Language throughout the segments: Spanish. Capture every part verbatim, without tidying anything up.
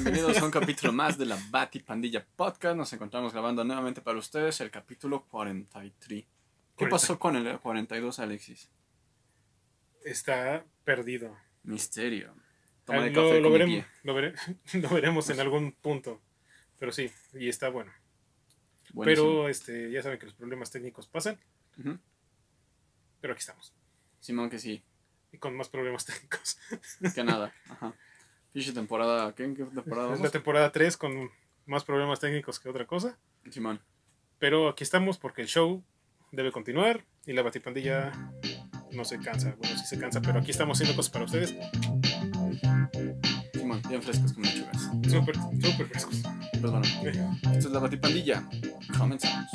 bienvenidos a un capítulo más de la Batipandilla Podcast. Nos encontramos grabando nuevamente para ustedes el capítulo cuarenta y tres. ¿Qué cuarenta. pasó con el cuarenta y dos, Alexis? Está perdido. Misterio. Ah, Tomaré lo, café lo con mi veremos, pie. lo, vere- lo veremos en algún punto. Pero sí, y está bueno. Buenísimo. Pero este, ya saben que los problemas técnicos pasan. Ujú. Pero aquí estamos. Simón, que sí. Y con más problemas técnicos. Que nada. Ajá. Fiche temporada. ¿Qué? ¿En qué temporada Es la vamos? temporada tres con más problemas técnicos que otra cosa. Simón. Pero aquí estamos porque el show debe continuar. Y la Batipandilla no se cansa. Bueno, sí se cansa, pero aquí estamos haciendo cosas para ustedes. Simón, bien frescos como lechugas. Súper, súper frescos. Pues bueno, Eh, esto es la Batipandilla. Comenzamos.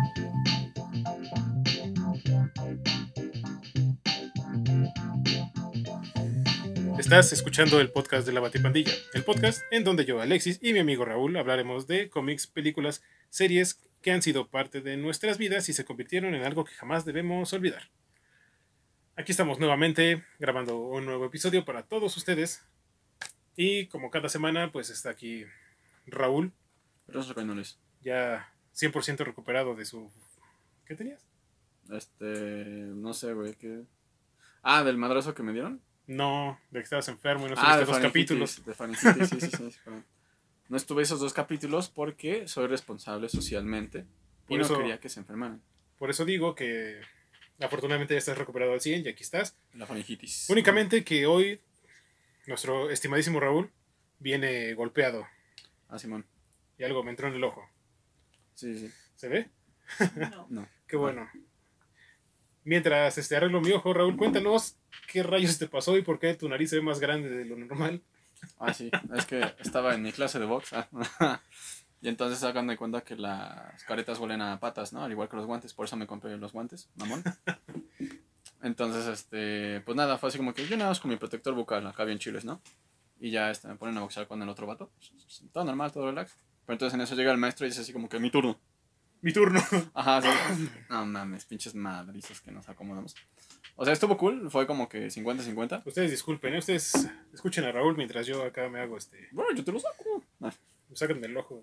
Estás escuchando el podcast de la Batipandilla, el podcast en donde yo, Alexis y mi amigo Raúl hablaremos de cómics, películas, series que han sido parte de nuestras vidas y se convirtieron en algo que jamás debemos olvidar. Aquí estamos nuevamente grabando un nuevo episodio para todos ustedes y como cada semana pues está aquí Raúl, Pero eso no es. ya cien por ciento recuperado de su... ¿Qué tenías? Este. No sé, güey. ¿Qué? Ah, del madrazo que me dieron. No, de que estabas enfermo y no Ah, subiste de dos capítulos. faringitis, de faringitis, sí, sí, sí, sí, fue. No estuve esos dos capítulos porque soy responsable socialmente y Por no eso- quería que se enfermaran. Por eso digo que afortunadamente ya estás recuperado al cien y aquí estás. La faringitis. Únicamente que hoy nuestro estimadísimo Raúl viene golpeado Ah, Simón. y algo me entró en el ojo. Sí, sí. ¿Se ve? No. No. Qué bueno. Mientras este, arreglo mi ojo, Raúl, cuéntanos qué rayos te pasó y por qué tu nariz se ve más grande de lo normal. Ah, sí. Es que estaba en mi clase de box. ah. Y entonces hagan de cuenta que las caretas huelen a patas, ¿no? Al igual que los guantes. Por eso me compré los guantes, mamón. Entonces, este, pues nada, fue así como que yo nada más con mi protector bucal, acá bien chiles, ¿no? Y ya este, me ponen a boxear con el otro vato. Todo normal, todo relax. Pero entonces en eso llega el maestro y dice así como que mi turno. Mi turno. Ajá, sí. No mames, pinches madrizos que nos acomodamos. O sea, estuvo cool, fue como que cincuenta cincuenta. Ustedes disculpen, ¿eh? Ustedes escuchen a Raúl mientras yo acá me hago este... Bueno, yo te lo saco. Ah. Me sacan del ojo.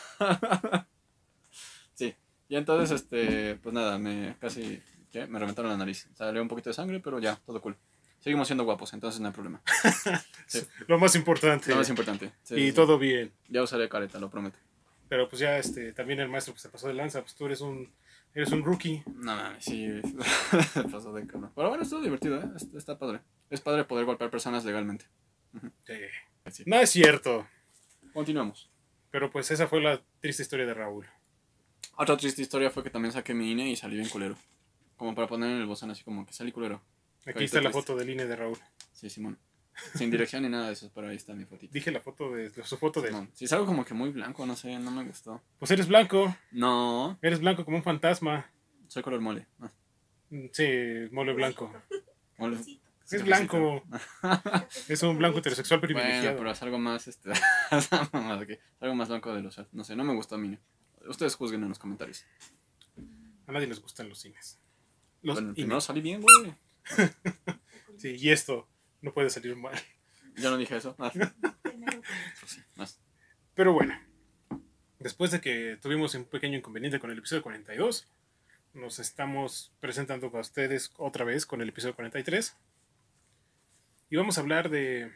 Sí. Y entonces, este, pues nada, me casi, ¿qué? Me reventaron la nariz. Salió un poquito de sangre, pero ya, todo cool. Seguimos siendo guapos, entonces no hay problema. Sí. Lo más importante. Lo más importante. Sí, y sí, sí. todo bien. Ya usaré careta, lo prometo. Pero pues ya este, también el maestro pues, se pasó de lanza. Pues tú eres un, eres un rookie. No mames, sí. Se pasó de cabrón. Pero bueno, estuvo divertido, ¿eh? Está, está padre. Es padre poder golpear personas legalmente. Sí. Sí. No es cierto. Continuamos. Pero pues esa fue la triste historia de Raúl. Otra triste historia fue que también saqué mi I N E y salí bien culero. Como para poner en el buzón así como que salí culero. Aquí Carita está la triste. foto del I N E de Raúl. Sí, Simón. Sin dirección ni nada de eso, pero ahí está mi fotito. Dije la foto de su foto de... Simón. Sí, es algo como que muy blanco, no sé, no me gustó. Pues eres blanco. No, Eres blanco como un fantasma. soy color mole. Ah, Sí, mole blanco. mole. Es blanco. Es un blanco heterosexual Bueno, privilegiado. pero es algo más, este, mamada, que- algo más blanco de los, no sé, no me gustó a mí. Ustedes juzguen en los comentarios. A nadie les gustan los cines. Los Bueno, I N E. primero salí bien, güey. Sí, y esto no puede salir mal. Yo no dije eso. Ah, pues sí, más. Pero bueno, después de que tuvimos un pequeño inconveniente con el episodio cuarenta y dos, nos estamos presentando a ustedes otra vez con el episodio cuarenta y tres. Y vamos a hablar de,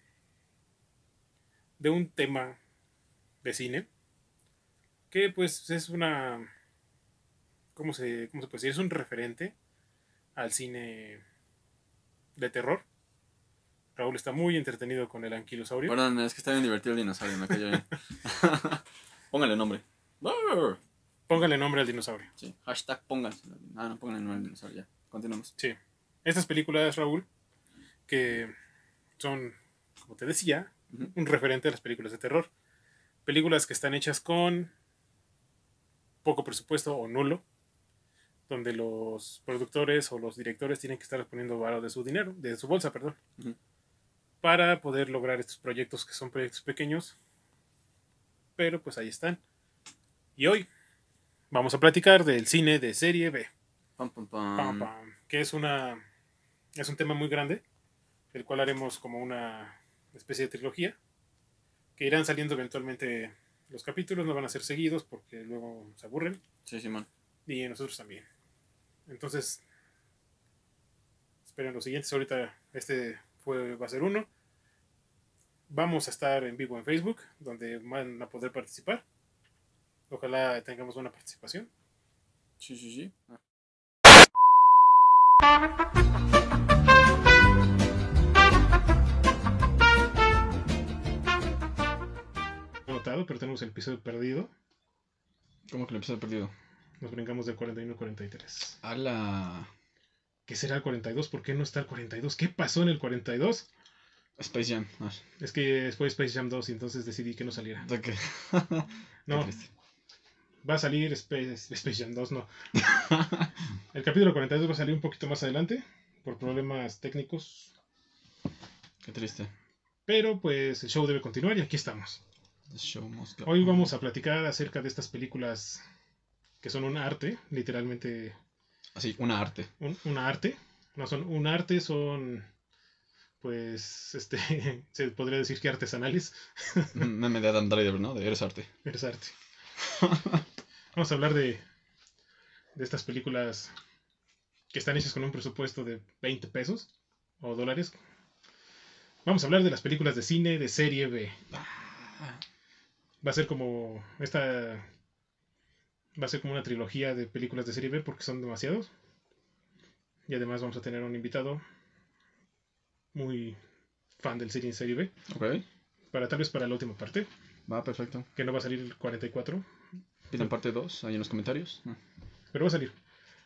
de un tema de cine que pues es una... ¿Cómo se, cómo se puede decir? Es un referente al cine de terror. Raúl está muy entretenido con el anquilosaurio. Perdón, es que está bien divertido el dinosaurio, me cayó bien. Póngale nombre. Brr. Póngale nombre al dinosaurio. Sí, hashtag pónganselo. Ah, no, pónganle nombre al dinosaurio, ya. Continuamos. Sí. Estas películas, Raúl, que son, como te decía, Ujú. un referente a las películas de terror. Películas que están hechas con poco presupuesto o nulo, donde los productores o los directores tienen que estar poniendo varo de su dinero, de su bolsa, perdón, Ujú. para poder lograr estos proyectos que son proyectos pequeños. Pero pues ahí están. Y hoy vamos a platicar del cine de serie B. Pam, pam, pam. Pam, pam, que es una es un tema muy grande, el cual haremos como una especie de trilogía, que irán saliendo eventualmente los capítulos, no van a ser seguidos porque luego se aburren. Sí, Simón. Y nosotros también. Entonces, esperen los siguientes. Ahorita este fue, va a ser uno. Vamos a estar en vivo en Facebook, donde van a poder participar. Ojalá tengamos buena participación. Sí, sí, sí. Ah. Notado, pero tenemos el episodio perdido. ¿Cómo que el episodio perdido? Nos brincamos del cuarenta y uno al cuarenta y tres. ¡Hala! ¿Qué será el cuarenta y dos? ¿Por qué no está el cuarenta y dos? ¿Qué pasó en el cuarenta y dos? Space Jam. Ah. Es que fue Space Jam dos y entonces decidí que no saliera. ¿De qué? No. Va a salir Space, Space Jam dos, no. El capítulo cuarenta y dos va a salir un poquito más adelante por problemas técnicos. Qué triste. Pero pues el show debe continuar y aquí estamos. The show must go Hoy on. vamos a platicar acerca de estas películas que son un arte, literalmente. Así, una arte. Un, una arte. No son un arte, son pues este se podría decir que artesanales. Un meme de Adam Driver, ¿no? De Eres arte. Eres arte. Vamos a hablar de, de estas películas que están hechas con un presupuesto de veinte pesos o dólares. Vamos a hablar de las películas de cine de serie B. Va a ser como esta va a ser como una trilogía de películas de serie B porque son demasiados. Y además vamos a tener un invitado muy fan del cine en serie B. Ok. Para tal vez para la última parte. Va, perfecto. Que no va a salir el cuarenta y cuatro. Piden parte dos ahí en los comentarios. Pero va a salir.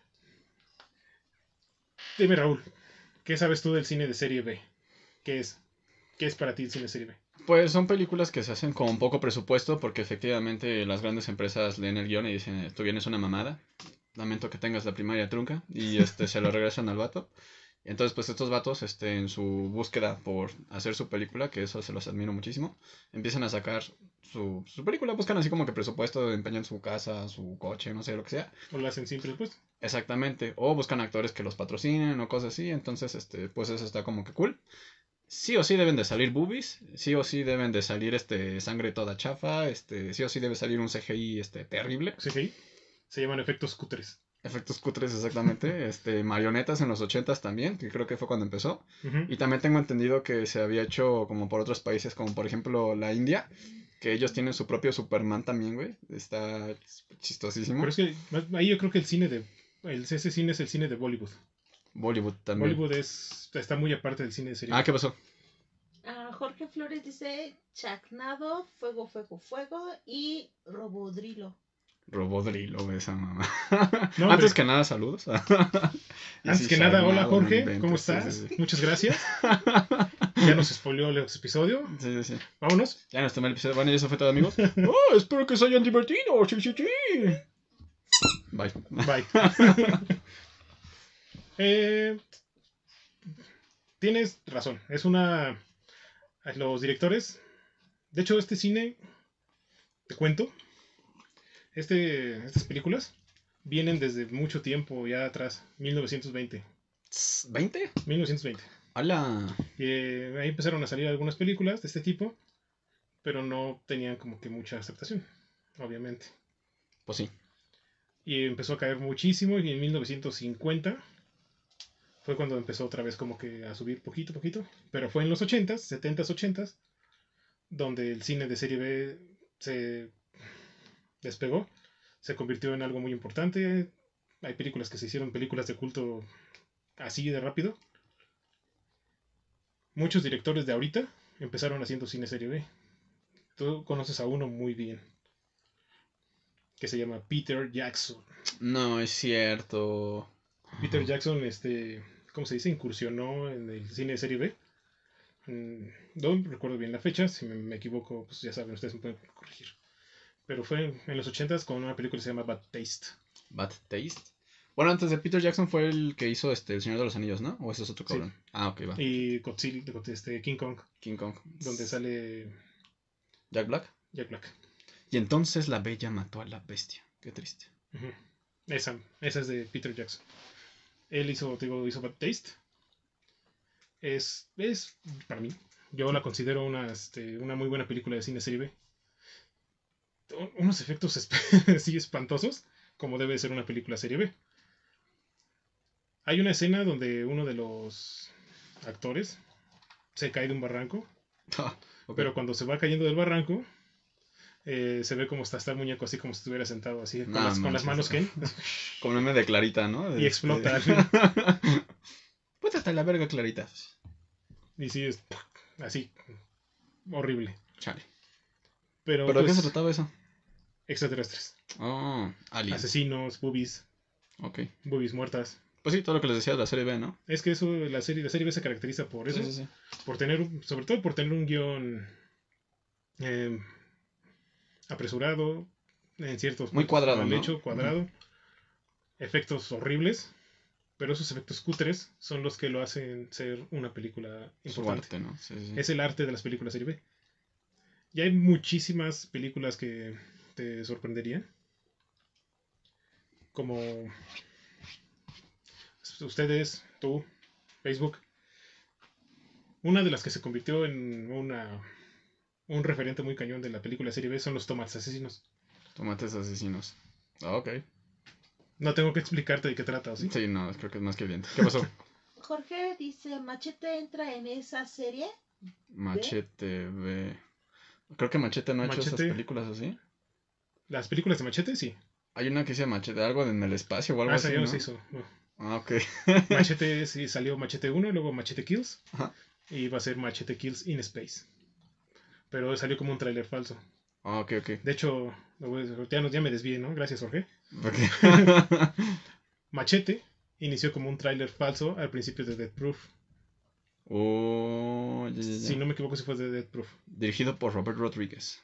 Dime, Raúl, ¿qué sabes tú del cine de serie B? ¿Qué es? ¿Qué es para ti el cine de serie B? Pues son películas que se hacen con poco presupuesto porque efectivamente las grandes empresas leen el guión y dicen, tu guión es una mamada, lamento que tengas la primaria trunca, y este se lo regresan al vato. Entonces pues estos vatos este, en su búsqueda por hacer su película, que eso se los admiro muchísimo, empiezan a sacar su, su película, buscan así como que presupuesto, empeñan su casa, su coche, no sé, lo que sea. ¿O lo hacen sin presupuesto? Exactamente, o buscan actores que los patrocinen o cosas así, entonces este pues eso está como que cool. Sí o sí deben de salir boobies, sí o sí deben de salir este sangre toda chafa, este sí o sí debe salir un C G I este terrible. C G I. Se llaman efectos cutres. Efectos cutres, exactamente. este marionetas en los ochentas también, que creo que fue cuando empezó. Uh-huh. Y también tengo entendido que se había hecho como por otros países, como por ejemplo la India, que ellos tienen su propio Superman también, güey. Está chistosísimo. Pero es que ahí yo creo que el cine de... El, ese cine es el cine de Bollywood. Bollywood también. Bollywood es, está muy aparte del cine de serie. Ah, ¿qué pasó? Uh, Jorge Flores dice Chacnado, Fuego, Fuego, Fuego y Robodrilo. Robodrilo, esa mamá. No, Antes hombre. que nada, saludos. Antes que nada, hola Jorge, ¿cómo estás? Sí, sí, sí. Muchas gracias. Ya nos spoileó el episodio. Sí, sí, sí. Vámonos. Ya nos tomé el episodio. Bueno, y eso fue todo, amigos. Oh, espero que se hayan divertido. Sí, sí, sí. Bye. Bye. eh, tienes razón. Es una... Los directores... De hecho, este cine... Te cuento. Este, estas películas vienen desde mucho tiempo ya atrás. mil novecientos veinte. ¿veinte? mil novecientos veinte. ¡Hala! Y eh, ahí empezaron a salir algunas películas de este tipo. Pero no tenían como que mucha aceptación. Obviamente. Pues sí. Y empezó a caer muchísimo. Y en mil novecientos cincuenta fue cuando empezó otra vez como que a subir poquito a poquito. Pero fue en los ochentas, setentas, ochentas, donde el cine de serie B se despegó. Se convirtió en algo muy importante. Hay películas que se hicieron películas de culto así de rápido. Muchos directores de ahorita empezaron haciendo cine serie B. Tú conoces a uno muy bien, que se llama Peter Jackson. No, es cierto. Peter Jackson, este, ¿cómo se dice? Incursionó en el cine de serie B. No recuerdo bien la fecha, si me, me equivoco, pues ya saben, ustedes me pueden corregir. Pero fue en los ochentas con una película que se llama Bad Taste. Bad Taste. Bueno, antes de Peter Jackson fue el que hizo este El Señor de los Anillos, ¿no? ¿O ese es otro cabrón? Sí. Ah, ok, va. Y Godzilla, este, King Kong. King Kong. Donde sale Jack Black. Jack Black. Y entonces la bella mató a la bestia. Qué triste. Uh-huh. Esa, esa es de Peter Jackson. Él hizo, te digo, hizo Bad Taste. Es, es, para mí, Yo la considero una, este, una muy buena película de cine serie B. Unos efectos esp- sí espantosos, como debe ser una película serie B. Hay una escena donde uno de los actores se cae de un barranco, Ah, ok. pero cuando se va cayendo del barranco, eh, se ve como está, está el muñeco así como si estuviera sentado, así, con, No las, con las manos manches. Ken, así, Como meme de Clarita, ¿no? y Este... explota al fin. Pues hasta la verga, Clarita. Y sí, es así, horrible. Chale. Pero, ¿Pero de qué pues, se trataba eso? extraterrestres. Oh, aliens. Asesinos, boobies, Ok. boobies muertas. Pues sí, todo lo que les decía de la serie B, ¿no? Es que eso, la serie, la serie B se caracteriza por eso, Sí, sí, sí. por tener, un- sobre todo por tener un guión eh, apresurado, en ciertos Muy puntos cuadrado, mal ¿no? hecho, cuadrado, efectos horribles, pero esos efectos cutres son los que lo hacen ser una película Su importante. arte, ¿no? Sí, sí, sí. Es el arte de las películas serie B. Y hay muchísimas películas que te sorprenderían, como ustedes, tú, Facebook. Una de las que se convirtió en una, un referente muy cañón de la película serie B son los tomates asesinos. Tomates asesinos. Ah, ok. No tengo que explicarte de qué trata, ¿o sí? Sí, no, creo que es más que evidente. ¿Qué pasó? Jorge dice, ¿Machete entra en esa serie? Machete B. Creo que Machete no ha hecho esas Machete. películas así. Las películas de Machete, sí. Hay una que dice Machete, algo en el espacio o algo Ah, así, esa ya no ¿no? se hizo. No. Ah, ok. Machete, sí, salió Machete uno, luego Machete Kills. Ajá. Y va a ser Machete Kills in Space. Pero salió como un tráiler falso. Ah, ok, ok. De hecho, ya, no- ya me desvié, ¿no? Gracias, Jorge. Ok. Machete inició como un tráiler falso al principio de Death Proof. Oh, ya, ya, ya. Si no me equivoco, si fue de Death Proof. Dirigido por Robert Rodríguez.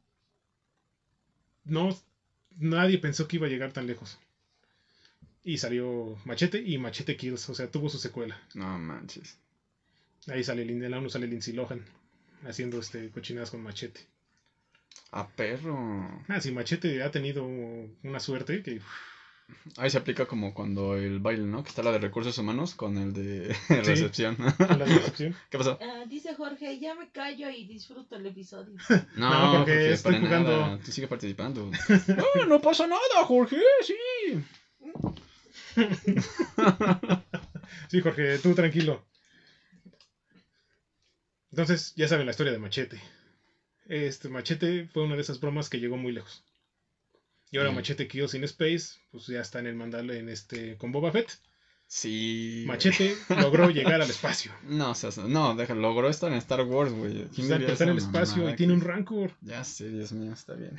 No, nadie pensó que iba a llegar tan lejos. Y salió Machete y Machete Kills, o sea, tuvo su secuela. No manches. Ahí sale, Lin- en la uno sale Lindsay Lohan haciendo este cochinadas con Machete. Ah, perro. Ah, sí, Machete ha tenido una suerte que... Ahí se aplica como cuando el baile, ¿no? Que está la de recursos humanos con el de Sí. recepción. con la recepción. ¿Qué pasó? Ah, dice Jorge, ya me callo y disfruto el episodio. No, No, porque Jorge, estoy para jugando. nada. Tú sigue participando. Oh, no pasa nada, Jorge, sí. Sí, Jorge, tú tranquilo. Entonces, ya saben la historia de Machete. Este Machete fue una de esas bromas que llegó muy lejos. Y ahora Mm. Machete Kills in Space, pues ya está en el mandal en este con Boba Fett. Sí. Machete logró llegar al espacio. No, o sea, no, deja, logró estar en Star Wars, güey. ¿Quién Está, diría está en el esa espacio mamada y tiene que- un Rancor. Ya sé, Dios mío, está bien.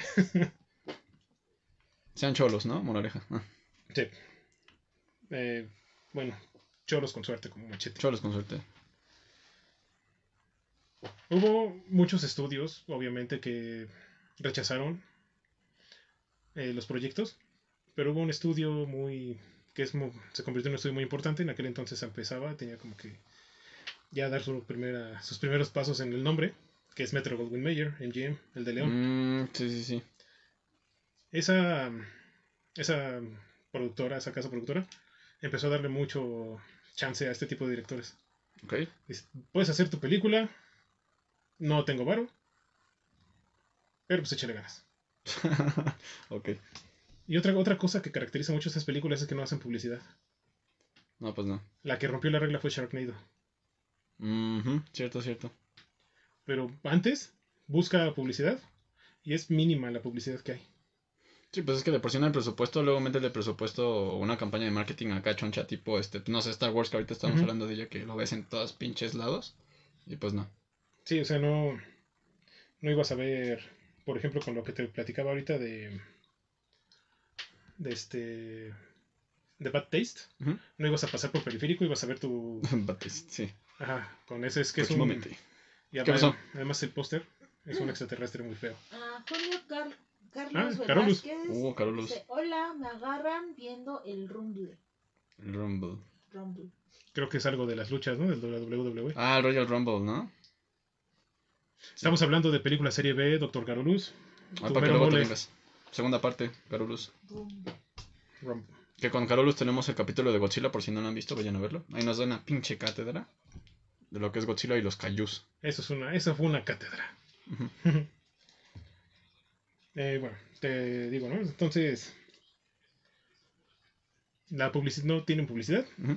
Sean cholos, ¿no? Moraleja. Ah, Sí. Eh, bueno, cholos con suerte como Machete. cholos con suerte. Hubo muchos estudios, obviamente, que rechazaron eh, los proyectos, pero hubo un estudio muy que es mu- se convirtió en un estudio muy importante. En aquel entonces empezaba, tenía como que ya dar su primera, sus primeros pasos en el nombre, que es Metro Goldwyn Mayer, M G M, el de León. Mm, sí, sí, sí. Esa, esa productora, esa casa productora, empezó a darle mucho chance a este tipo de directores. Ok. Dice, puedes hacer tu película, no tengo varo, pero pues échale ganas. Ok. Y otra, otra cosa que caracteriza mucho a estas películas es que no hacen publicidad. No, pues no. La que rompió la regla fue Sharknado. Mhm, cierto, cierto. Pero antes busca publicidad y es mínima la publicidad que hay. Sí, pues es que de por sí no hay presupuesto, luego metes de presupuesto o una campaña de marketing acá choncha tipo, este, no sé, Star Wars, que ahorita estamos Ujú. hablando de ella, que lo ves en todos pinches lados. Y pues no. Sí, o sea, no, no ibas a ver, por ejemplo, con lo que te platicaba ahorita de, de este, de Bad Taste. Ujú. No ibas a pasar por periférico, ibas a ver tu, Batiste, sí. ajá, con ese es que es un, Próximamente. y ¿Qué pasó? además el póster es un extraterrestre muy feo. Ah, Julio Car- Carlos Ah, Carolus. Velázquez Uh, Carolus. dice, hola, me agarran viendo el Rumble. El Rumble. Rumble. Creo que es algo de las luchas, ¿no? Del de la W W E. Ah, el Royal Rumble, ¿no? Estamos hablando de película serie B, Doctor Carolus. Ah, Tu para que mero luego te mole. vengas. Segunda parte, Carolus. Rumble. Rum- Que con Carolus tenemos el capítulo de Godzilla, por si no lo han visto, vayan a verlo. Ahí nos da una pinche cátedra de lo que es Godzilla y los Kaijus. Eso, es una, eso fue una cátedra. Ujú. Eh, bueno, te digo, ¿no? Entonces, la publicidad no tienen publicidad Ujú.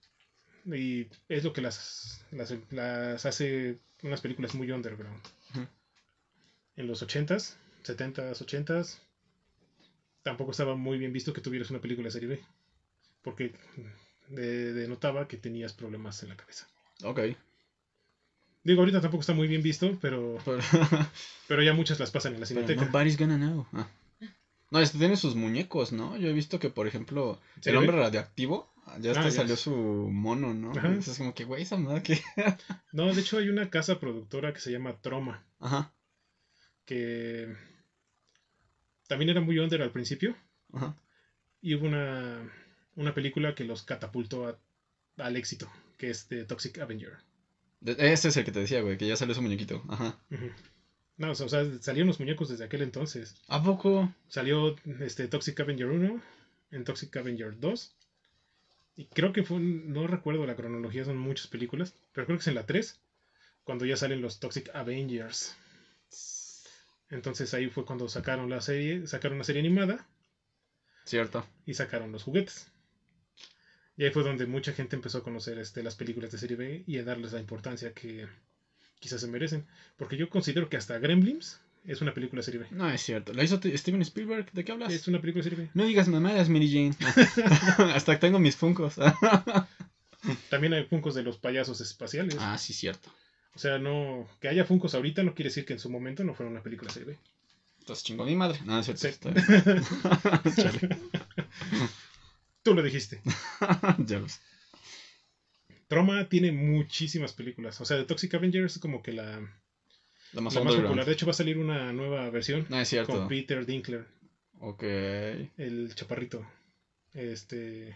y es lo que las, las, las hace unas películas muy underground. Ujú. En los ochentas, setentas, ochentas, tampoco estaba muy bien visto que tuvieras una película de serie B, porque de- denotaba que tenías problemas en la cabeza. Ok. Digo, ahorita tampoco está muy bien visto, pero, Pero, pero ya muchas las pasan en la pero cineteca. nobody's gonna know. Ah. No, este tiene sus muñecos, ¿no? Yo he visto que, por ejemplo, el ¿Serie hombre B? radioactivo, ya Ah, hasta ya. salió su mono, ¿no? Ajá. Entonces es como que, güey, esa madre que... No, de hecho hay una casa productora que se llama Troma, Ajá, que también era muy under al principio, ajá. y hubo una, una película que los catapultó a- al éxito, que es The Toxic Avenger. De- Ese es el que te decía, güey, que ya salió su muñequito. Ajá. Ujú. No, o sea, salieron los muñecos desde aquel entonces. ¿A poco? Salió este Toxic Avenger uno, en Toxic Avenger dos, y creo que fue, no recuerdo la cronología, son muchas películas, pero creo que es en la tres, cuando ya salen los Toxic Avengers. Entonces ahí fue cuando sacaron la serie, sacaron una serie animada Cierto. y sacaron los juguetes. Y ahí fue donde mucha gente empezó a conocer este, las películas de serie B y a darles la importancia que quizás se merecen. Porque yo considero que hasta Gremlins es una película de serie B. No, es cierto. ¿La hizo t- Steven Spielberg? ¿De qué hablas? Es una película de serie B. No digas mamadas, Mary Jane. Hasta que tengo mis funcos. También hay funcos de los payasos espaciales. Ah, sí, cierto. O sea, no que haya funcos ahorita no quiere decir que en su momento no fuera una película de serie B. Entonces chingó mi madre. No, es cierto. Sí. Está bien. Chale. Tú lo dijiste. Ya lo sé. Troma tiene muchísimas películas. O sea, The Toxic Avengers es como que la, La la más más underground. popular. De hecho, va a salir una nueva versión No, es cierto. con Peter Dinkler, Ok. el chaparrito. Este.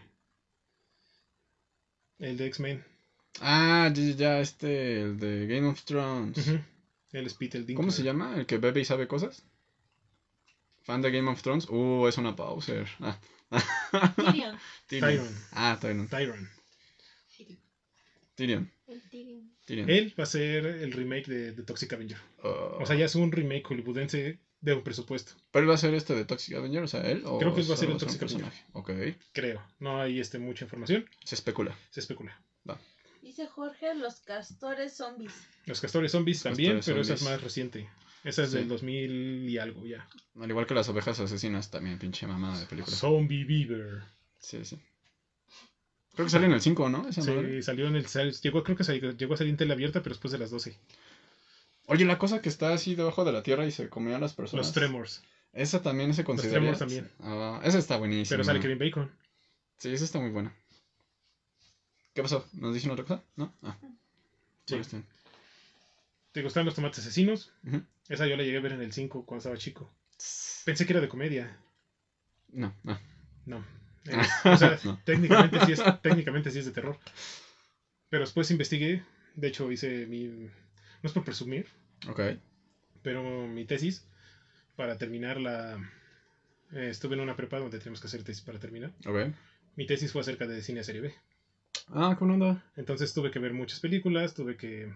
El de X-Men. Ah, ya, ya, este, el de Game of Thrones. Ujú. Él es Peter Dinkler. ¿Cómo se llama? ¿El que bebe y sabe cosas? ¿Fan de Game of Thrones? Uh, es una pauser. Ah. Tyrion. Tyrion. Ah, Tyrion. Tyrion. Tyrion. El Tyrion. Tyrion. Él va a ser el remake de, de Toxic Avenger. Oh. O sea, ya es un remake hollywoodense de un presupuesto. ¿Pero él va a ser este de Toxic Avenger? O sea, él. O Creo que él va a ser el solo un Toxic Avenger. personaje? Ok. Creo. No hay este, mucha información. Se especula. Se especula. Va. Dice Jorge, los castores zombies. Los Castores Zombies también, Castores pero esa es Zombies. más reciente. Esa es Sí. del dos mil y algo ya. Al igual que las ovejas asesinas, también, pinche mamada de película. Zombie Beaver. Sí, sí. Creo que sale en el cinco, ¿no? Esa madre. Sí, salió en el. sal- Llegó, creo que salió, llegó a salir en tele abierta, pero después de las doce. Oye, la cosa que está así debajo de la tierra y se comía a las personas. Los Tremors. Esa también se considera. Tremors también. Ah, esa está buenísima. Pero sale Kevin Bacon. Sí, esa está muy buena. ¿Qué pasó? ¿Nos dicen otra cosa? ¿No? Ah. Sí. Bueno, está bien. ¿Te gustan los tomates asesinos? Ujú. Esa yo la llegué a ver en el cinco cuando estaba chico. Pensé que era de comedia. No, no. No. Eh, o sea, No. técnicamente, sí es, técnicamente sí es de terror. Pero después investigué. De hecho, hice mi. No es por presumir, Ok. pero mi tesis para terminar la. eh, estuve en una prepa donde tenemos que hacer tesis para terminar. Ok. Mi tesis fue acerca de cine serie B. Ah, ¿qué onda? Entonces tuve que ver muchas películas, tuve que.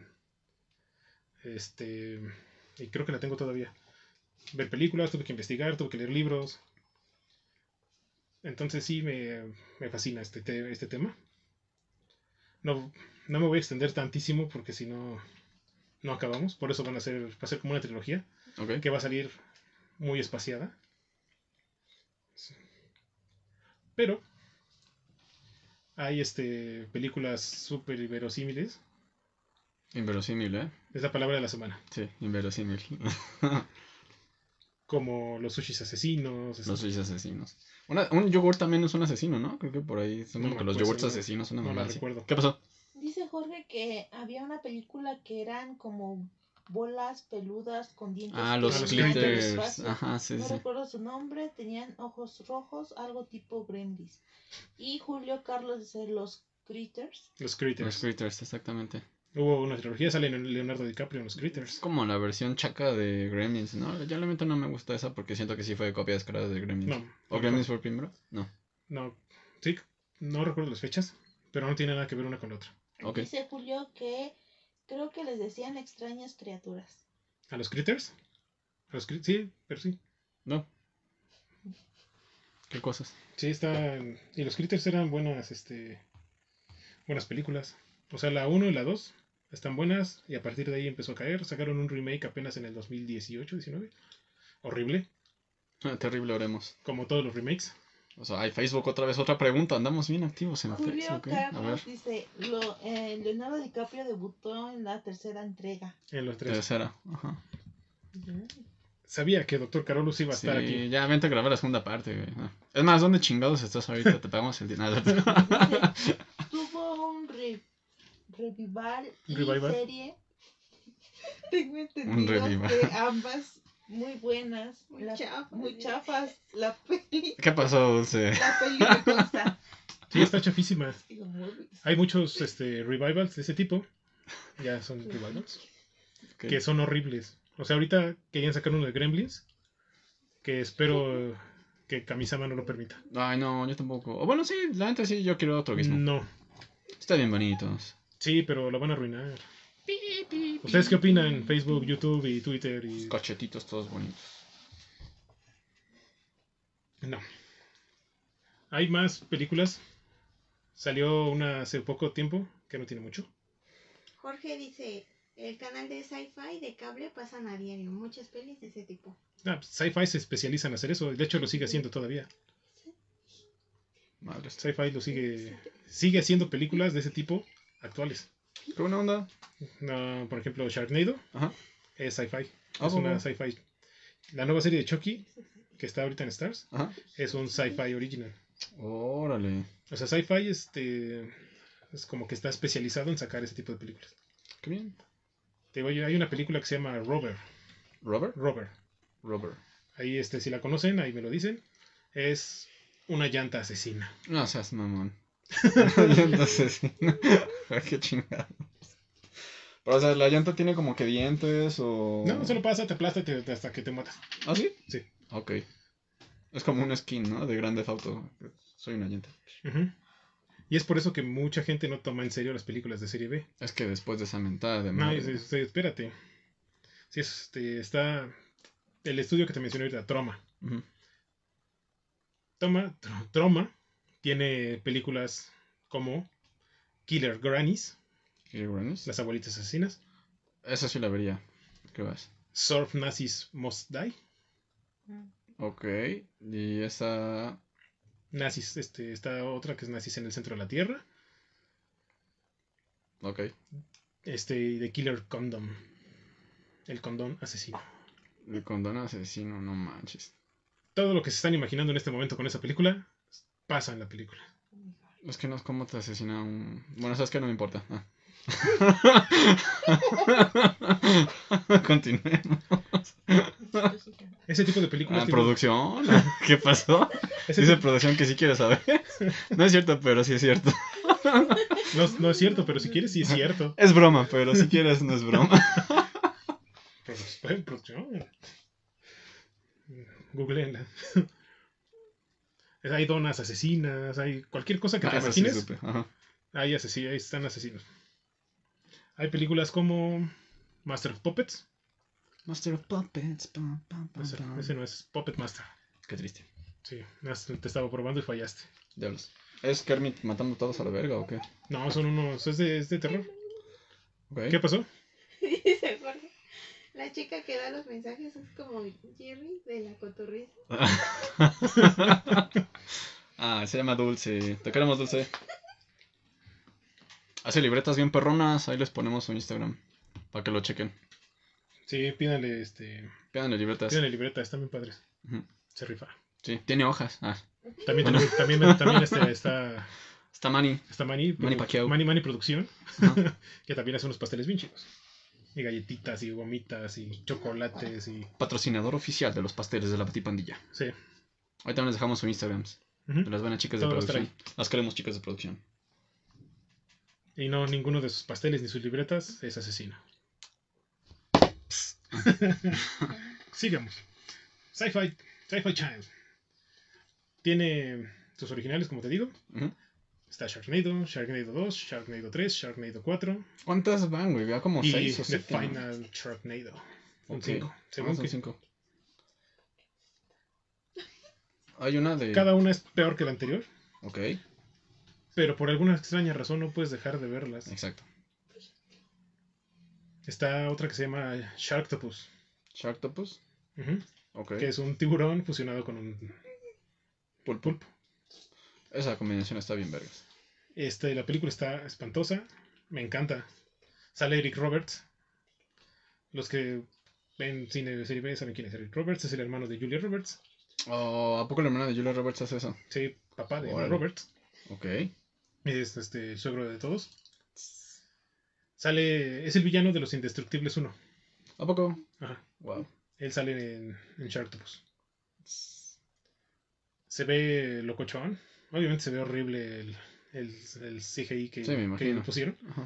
Este. Y creo que la tengo todavía. Ver películas, tuve que investigar, tuve que leer libros. Entonces sí me, me fascina este, te- este tema. No, no me voy a extender tantísimo porque si no, no acabamos. Por eso van a ser, va a ser como una trilogía Ok. que va a salir muy espaciada. Pero hay este, películas súper inverosímiles. Inverosímil, ¿eh? Es la palabra de la semana. Sí, inverosímil. Como los sushis asesinos. este, Los suizos asesinos. Una- un yogur también es un asesino, ¿no? Creo que por ahí son No como me que los acuerdo, yogurts no- asesinos. Una no la mamada así. recuerdo. ¿Qué pasó? Dice Jorge que había una película que eran como bolas peludas con dientes. Ah, que los los venían del glitters. espacio. Ajá, sí, No sí. recuerdo su nombre, tenían ojos rojos, algo tipo Gremlins. Y Julio Carlos dice los Critters. Los Critters. Los critters, exactamente. Hubo una trilogía, sale Leonardo DiCaprio en los Es Critters. como la versión chaca de Gremlins, ¿no? Yo realmente no me gusta esa porque siento que sí fue copia descarada de Gremlins. No, ¿O Gremlins fue primero? No. no, sí, no recuerdo las fechas, pero no tiene nada que ver una con la otra. Ok. Dice Julio que creo que les decían extrañas criaturas. ¿A los Critters? ¿A los cri- sí, pero sí. No. ¿Qué cosas? Sí, están... Y los Critters eran buenas, este... buenas películas. O sea, la uno y la dos están buenas y a partir de ahí empezó a caer. Sacaron un remake apenas en el dos mil dieciocho, diecinueve. Horrible, Ah, terrible oremos. como todos los remakes. O sea, hay Facebook otra vez, otra pregunta. Andamos bien activos en Julio Facebook, ¿eh? A ver. Carlos dice, lo, eh, Leonardo DiCaprio debutó en la tercera entrega. En los tres. Tercera. Ajá. Sabía que Doctor Carolus iba a Sí, estar aquí. ya vente a grabar la segunda parte, güey. Ah. Es más, ¿dónde chingados estás ahorita? Te pagamos el dinero. Dice, tuvo un re- revival y ¿Revival? serie. Tengo Un entendido revival. que ambas muy buenas. Muy la- chafas. muy chafas. La peli, ¿Qué pasó, Dulce? la peli me consta. Sí, está chafísima. Digo, muy- Hay muchos este, revivals de ese tipo. Ya son revivals. ¿Qué? Que son horribles. O sea, ahorita querían sacar uno de Gremlins. Que espero que Kamisama no lo permita. Ay, no, yo tampoco. O bueno, sí, la neta sí, yo quiero otro Gizmo. No. Está bien bonitos. Sí, pero lo van a arruinar. ¿Ustedes qué opinan? Facebook, YouTube y Twitter y... Cachetitos todos bonitos. No. Hay más películas. Salió una hace poco tiempo, que no tiene mucho. Jorge dice, el canal de Sci-Fi de cable pasan a diario, muchas pelis de ese tipo. Ah, pues, Sci-Fi se especializa en hacer eso. De hecho, lo sigue haciendo todavía. Madres. Sci-Fi lo sigue... Sigue haciendo películas de ese tipo actuales. ¿Qué buena onda? No, por ejemplo, Sharknado Ajá. es Sci-Fi. Ah, Es una bueno. Sci-Fi. La nueva serie de Chucky, que está ahorita en Stars, Ajá. es un Sci-Fi original. Órale. O sea, Sci-Fi este, es como que está especializado en sacar ese tipo de películas. Qué bien. Te digo, hay una película que se llama Rover. ¿Robert? Rover. Robert. Ahí, este, si la conocen, ahí me lo dicen. Es una llanta asesina. No seas mamón. Entonces, sí. Ay, qué chingada. Pero, o sea, la llanta tiene como que dientes o... No, solo pasa, te aplasta y te- hasta que te matas. ¿Ah, sí? Sí. Ok. Es como un skin, ¿no? De Grand Theft Auto. Soy una llanta. Ujú. Y es por eso que mucha gente no toma en serio las películas de serie B. Es que después de esa mentada de No, madre... es- es- espérate. Sí, este, está el estudio que te mencioné ahorita, Troma. Ujú. Toma, Tr- Troma tiene películas como Killer Grannies, ¿Qué Grannies? las abuelitas asesinas, Esa sí la vería. ¿Qué vas? Surf Nazis Must Die, Ok. Y esa... Nazis, este, está otra que es Nazis en el centro de la Tierra, Ok. este, y The Killer Condom, el condón asesino. El condón asesino, no manches. Todo lo que se están imaginando en este momento con esa película pasa en la película. Es que no es como te asesina un... Bueno, sabes que no me importa. Ah. Continuemos. Ese tipo de películas Ah, tienen- ¿producción? ¿Qué pasó? ese Dice tipo- producción que sí quiere saber. No es cierto, pero sí es cierto. no, no es cierto, pero si quieres sí es cierto. Es broma, pero si quieres no es broma. Produ- producción. Googleenla. Hay donas asesinas, hay cualquier cosa que te Ah, eso sí imagines. supe. Ajá. Hay asesinos, ahí están asesinos. Hay películas como Master of Puppets. Master of Puppets. Pam, pam, pam, Ese, pam. ese no es Puppet Master. Qué triste. Sí, has- te estaba probando y fallaste. Diablos. ¿Es Kermit matando todos a la verga o qué? No, son unos. Es de, es de terror. Ok. ¿Qué pasó? Dice Jorge, la chica que da los mensajes es como Jerry de la cotorriza. Ah, se llama Dulce. Te queremos, Dulce. Hace libretas bien perronas. Ahí les ponemos su Instagram. Para que lo chequen. Sí, pídanle este. Pídanle libretas. Pídanle libreta, están bien padres. Ujú. Se rifa. Sí, tiene hojas. Ah, También, Bueno. también, también, también este, está, está Manny. está Manny. Manny produ- Pacquiao. Manny Manny Producción. Ajá. Que también hace unos pasteles bien chicos. Y galletitas y gomitas y chocolates y. Patrocinador oficial de los pasteles de la Batipandilla. Sí. Ahí también les dejamos su Instagram. Ujú. De las buenas chicas de Todo va a estar producción. Las queremos chicas de producción. Y no, ninguno de sus pasteles ni sus libretas es asesino. Sigamos. Sci-Fi, Sci-Fi Channel. Tiene sus originales, como te digo. Ujú. Está Sharknado, Sharknado dos, Sharknado tres, Sharknado cuatro ¿Cuántas van, güey? Vea como y seis o The siete. ¿no? Final Sharknado. Son Ok. cinco. Ah, Según son que cinco. Hay una de... cada una es peor que la anterior, Ok, pero por alguna extraña razón no puedes dejar de verlas. exacto. Está otra que se llama Sharktopus, Sharktopus. ujú, Ok. que es un tiburón fusionado con un Pulpo. pulpo. Esa combinación está bien vergas. Este, la película está espantosa, me encanta. Sale Eric Roberts. Los que ven cine de serie B saben quién es Eric Roberts, es el hermano de Julia Roberts. Oh, ¿a poco la hermana de Julia Roberts hace eso? Sí, papá de Emma Órale. Roberts. Ok. Es este suegro de todos. Sale, es el villano de Los Indestructibles uno. ¿A poco? Ajá. Wow. Él sale en, en Sharktopus. Se ve locochón. Obviamente se ve horrible el, el, el C G I que, Sí, me que imagino. le pusieron. Ajá.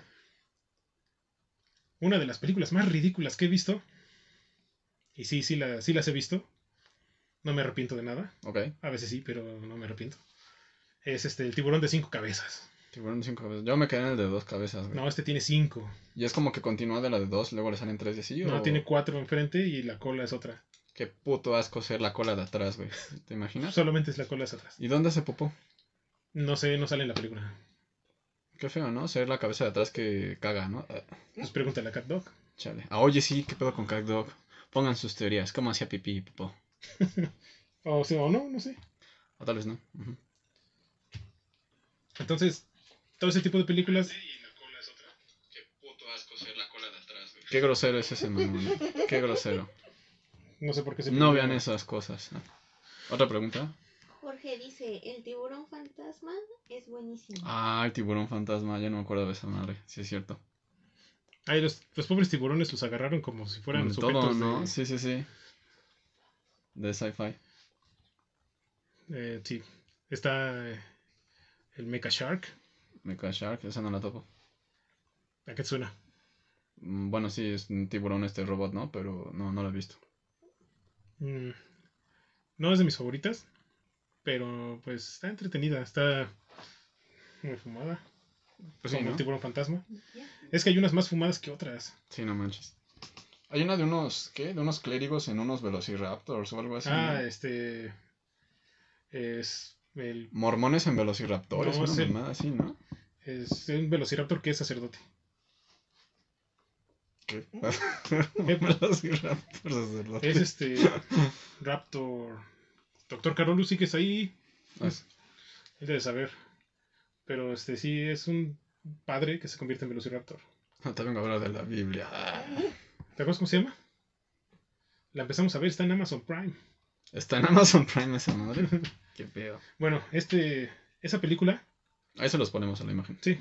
Una de las películas más ridículas que he visto. Y sí, sí, la, sí las he visto. No me arrepiento de nada. Ok. A veces sí, pero no me arrepiento. Es este, el tiburón de cinco cabezas. Tiburón de cinco cabezas. Yo me quedé en el de dos cabezas, güey. No, este tiene cinco. Y es como que continúa de la de dos, luego le salen tres y así. No, ¿o? tiene cuatro enfrente y la cola es otra. Qué puto asco ser la cola de atrás, güey. ¿Te imaginas? Solamente es la cola es atrás. ¿Y dónde se popó? No sé, no sale en la película. Qué feo, ¿no? Ser la cabeza de atrás que caga, ¿no? Ah, Pues pregúntale a Cat Dog. chale. Ah, oye, sí, ¿qué pedo con Cat Dog? Pongan sus teorías. ¿Cómo hacía pipí y popó? O sea, o no, no sé. O tal vez no. Ujú. Entonces, todo ese tipo de películas. Qué puto asco ser la cola de atrás, güey. Qué grosero es ese mamón. Qué grosero. No sé por qué se No pelean. vean esas cosas. ¿no? ¿Otra pregunta? Jorge dice, el tiburón fantasma es buenísimo. Ah, el tiburón fantasma. Ya no me acuerdo de esa madre. Sí, es cierto. Ay, los, los pobres tiburones los agarraron como si fueran Como de sujetos todo, ¿no? de. Sí, sí, sí. De sci-fi. eh, sí. Está eh, el Mecha Shark. Mecha Shark, esa no la topo. ¿A qué te suena? Mm, Bueno, sí, es un tiburón este robot, ¿no? Pero no, no lo he visto. Mm, no es de mis favoritas. Pero pues está entretenida. Está muy fumada. Pues sí, Como el ¿no? tiburón fantasma. Ya. Es que hay unas más fumadas que otras. Sí, no manches. Hay una de unos, ¿qué? De unos clérigos en unos velociraptors o algo así, Ah, ¿no? este. Es. El, Mormones en velociraptores, No, una es el- mamada así, ¿no? es un velociraptor que es sacerdote. ¿Qué? Velociraptor sacerdote. Es este. Raptor. Doctor Carolus, sí que es ahí. Ah, Él debe saber. Pero este sí es un padre que se convierte en velociraptor. te vengo a hablar de la Biblia. ¿Te acuerdas cómo se llama? La empezamos a ver, está en Amazon Prime. ¿Está en Amazon Prime esa madre? Qué pedo. Bueno, este. Esa película Ahí se los ponemos a la imagen. Sí.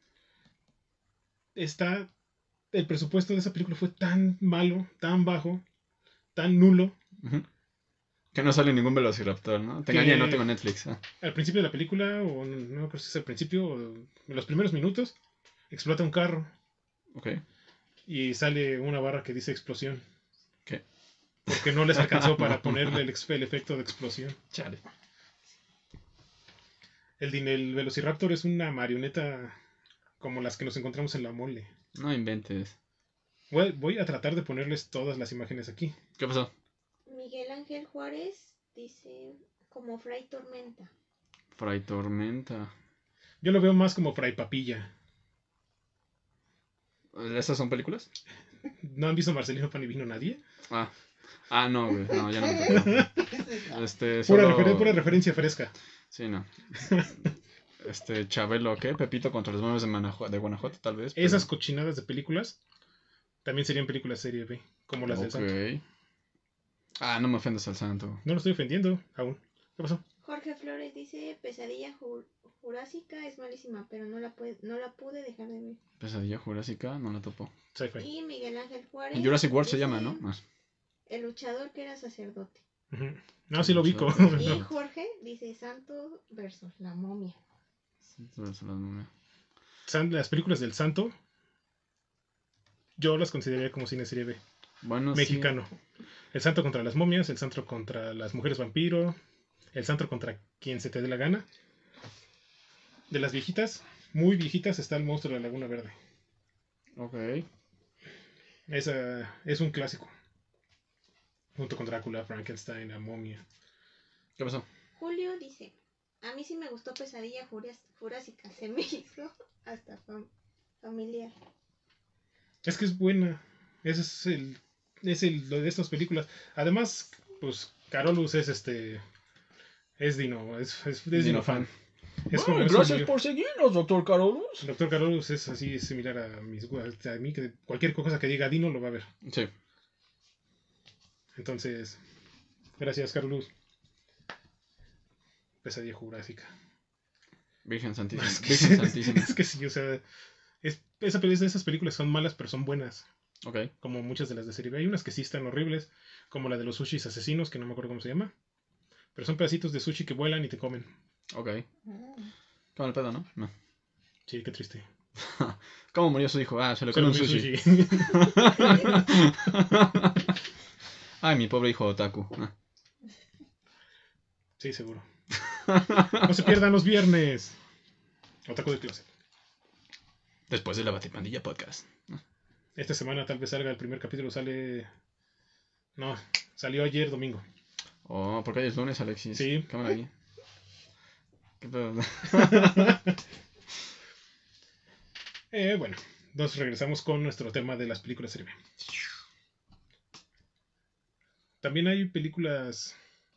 está. El presupuesto de esa película fue tan malo, tan bajo, tan nulo. Ujú. Que no sale ningún velociraptor, ¿no? Te Que- engañé, no tengo Netflix. ah. Al principio de la película, o no, no creo si es al principio, o en los primeros minutos, explota un carro Ok. y sale una barra que dice explosión. ¿Qué? Porque no les alcanzó para ponerle el, ex- el efecto de explosión. Chale. El, din- el Velociraptor es una marioneta como las que nos encontramos en la mole. No inventes. Voy, voy a tratar de ponerles todas las imágenes aquí. ¿Qué pasó? Miguel Ángel Juárez dice, como Fray Tormenta. Fray Tormenta. Yo lo veo más como Fray Papilla. ¿Esas son películas? ¿No han visto Marcelino Pan y Vino nadie? Ah. Ah, no, güey. No, ya no me tocó. Este, Pura, solo... refer- pura referencia fresca. Sí, no. Este, Chabelo, ¿qué? Pepito contra los muebles de, Manaju- de Guanajuato, tal vez. pero- Esas cochinadas de películas también serían películas serie B, como las del Santo. Ok. Ah, no me ofendas al santo. No lo estoy ofendiendo aún. ¿Qué pasó? Jorge Flores dice, Pesadilla Ju- Jurásica es malísima, pero no la, puede, no la pude dejar de ver. Pesadilla Jurásica, no la topo. Sci-fi. Y Miguel Ángel Juárez. En Jurassic World se dice, llama, ¿no? Ah, El luchador que era sacerdote. Ujú. No, sí lo ubico. Y Jorge dice Santo versus la momia. San- Las películas del Santo, yo las consideraría como cine serie B. Bueno, Mexicano. El Santo contra las momias, el Santo contra las mujeres vampiro, el Santo contra quien se te dé la gana. De las viejitas, muy viejitas, está El monstruo de la Laguna Verde. Ok. Esa es un clásico. Junto con Drácula, Frankenstein, la momia. ¿Qué pasó? Julio dice, a mí sí me gustó Pesadilla Jurás- Jurásica, se me hizo hasta fam- familiar. Es que es buena. Ese es el, es el lo de estas películas. Además, pues Carolus es este, es Dino, es, es, es Dino Dino fan. fan. Es Ay, como es gracias como- por seguirnos, doctor Carolus. El doctor Carolus es así similar a mis a mí, que cualquier cosa que diga Dino lo va a ver. Sí. Entonces, gracias Carolus. Pesadilla Jurásica. Virgen Santísima. Es que, Virgen Santísima. es que sí, o sea, es, esa, peli- esas películas son malas, pero son buenas. Ok. Como muchas de las de serie B. Hay unas que sí están horribles, como la de los sushis asesinos, que no me acuerdo cómo se llama. Pero son pedacitos de sushi que vuelan y te comen. Ok. Mm. Qué mal pedo, ¿no? No. Sí, qué triste. ¿Cómo murió su hijo? Ah, se le Solo comió un vi sushi. sushi. Ay, mi pobre hijo otaku. Ah. Sí, seguro. No se pierdan los viernes. Otaku de Closet. Después de la Batipandilla Podcast. Esta semana tal vez salga el primer capítulo. Sale. No, salió ayer domingo. Oh, porque hoy es lunes, Alexis. Sí. Cámara ahí. ¿Qué pedo? Eh, bueno, nos regresamos con nuestro tema de las películas serie B. También hay películas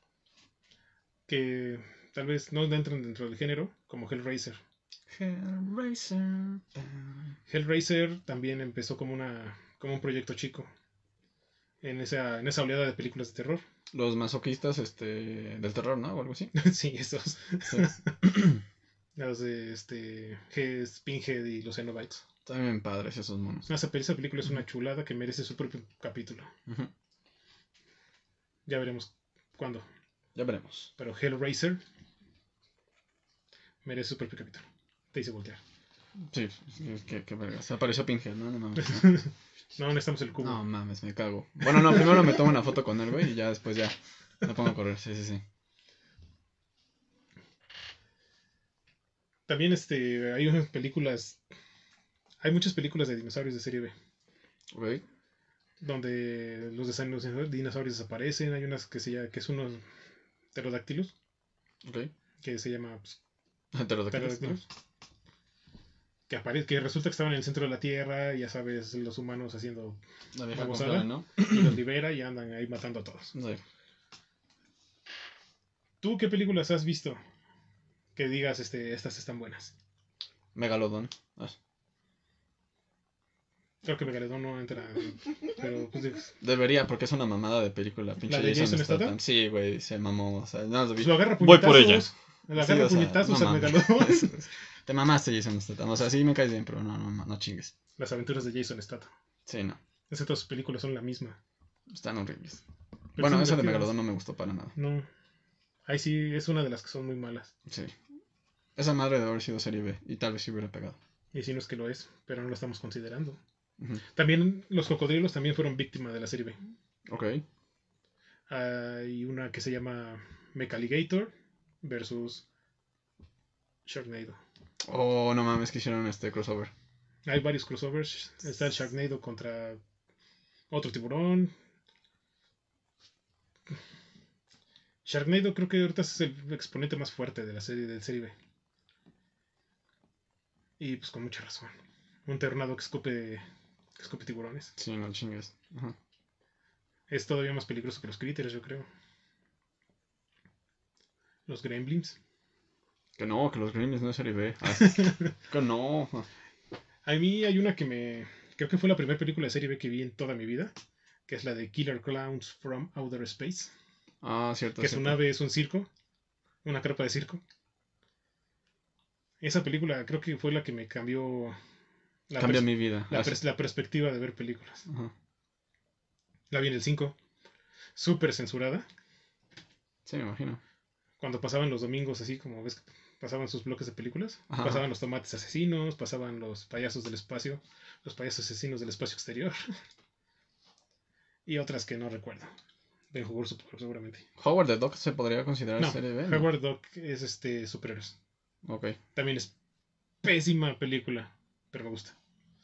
que tal vez no entran dentro del género, como Hellraiser. Hellraiser. Hellraiser también empezó como una como un proyecto chico en esa en esa oleada de películas de terror. Los masoquistas este, del terror, ¿no? O algo así. Sí, esos. Sí. Los de este G- Pinhead y los Cenobites. Están bien padres esos monos. Esa, pe- esa película es una chulada que merece su propio capítulo. Ujú. Ya veremos cuándo. Ya veremos. Pero Hellraiser merece su propio capítulo. Te hice voltear. Sí, qué, qué, qué verga. Se apareció Pinhead, ¿no? No mames. No, necesitamos el cubo. No mames, me cago. Bueno, no, primero me tomo una foto con él, güey, y ya después ya me pongo a correr. Sí, sí, sí. También este hay unas películas. Hay muchas películas de dinosaurios de serie B. Ok. Donde los, desa- los dinosaurios desaparecen. Hay unas que se llama, que es unos pterodáctilos. Ok. Que se llama pues, Pterodáctilos. pterodáctilos. Que, apare- que resulta que estaban en el centro de la Tierra. Y ya sabes, los humanos haciendo. La vieja Babosada. confiable, ¿no? Y los libera y andan ahí matando a todos. Sí. ¿Tú qué películas has visto? Que digas, este, estas están buenas. Megalodon. Ah. Creo que Megalodon no entra. Pero pues digo, Debería, porque es una mamada de película. Pinche ¿La de Jason Statham. Statham? Sí, güey, se mamó. O sea, no lo vi. pues lo agarra Voy puñetazos. por ella. Lo Sí, agarra o sea, puñetazos no al mames. Megalodon. Te mamaste, Jason Statham. O sea, sí me caes bien, pero no, no, no chingues. Las aventuras de Jason Statham. Sí, no. Es que todas sus películas son la misma. Están horribles. Pero Bueno, son esa de divertidas. Megalodon no me gustó para nada. No. Ahí sí es una de las que son muy malas. Sí. Esa madre debe haber sido serie B. Y tal vez sí hubiera pegado. Y sí no es que lo es, pero no lo estamos considerando. Ujú. También los cocodrilos también fueron víctimas de la serie B. Ok. Hay una que se llama Mechaligator versus Sharknado. Oh, no mames, que hicieron este crossover. Hay varios crossovers. Está el Sharknado contra otro tiburón. Sharknado creo que ahorita es el exponente más fuerte de la serie del serie B. Y pues con mucha razón. Un tornado que escupe, que escupe tiburones. Sí, no chingues. Ajá. Es todavía más peligroso que los critters, yo creo. Los gremlins. Que no, que los Gremlins no es serie B. Ah, que no. A mí hay una que me... Creo que fue la primera película de serie B que vi en toda mi vida. Que es la de Killer Clowns from Outer Space. Ah, cierto. Que su cierto. nave es un circo. Una carpa de circo. Esa película creo que fue la que me cambió... La, Cambia pers- mi vida. la, Ah, pers- sí. la perspectiva de ver películas. Ajá. La vi en el cinco. Súper censurada. Sí, me imagino. Cuando pasaban los domingos así, como ves que pasaban sus bloques de películas. Ajá. Pasaban los tomates asesinos, pasaban los payasos del espacio, los payasos asesinos del espacio exterior. Y otras que no recuerdo. Ben Hur seguramente. Howard the Duck se podría considerar No, serie B. ¿no? Howard Duck es este superhéroes. Ok. También es pésima película, pero me gusta.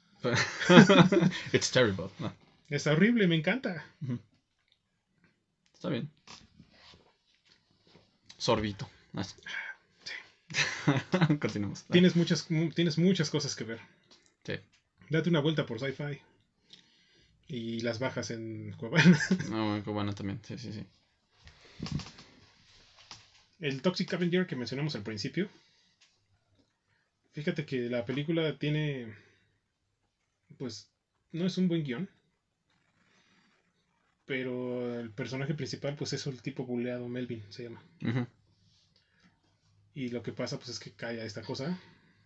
It's terrible. No. Es horrible, me encanta. Ujú. Está bien. Sorbito. Ah, sí. Continuamos. Ah, Tienes muchas, mu- tienes muchas cosas que ver. Sí. Date una vuelta por Sci-Fi. Y las bajas en Cuevana. No, bueno, bueno, también. Sí, sí, sí. El Toxic Avenger que mencionamos al principio. Fíjate que la película tiene... Pues no es un buen guión. Pero el personaje principal pues es el tipo buleado, Melvin se llama. Ujú. Y lo que pasa pues es que cae a esta cosa.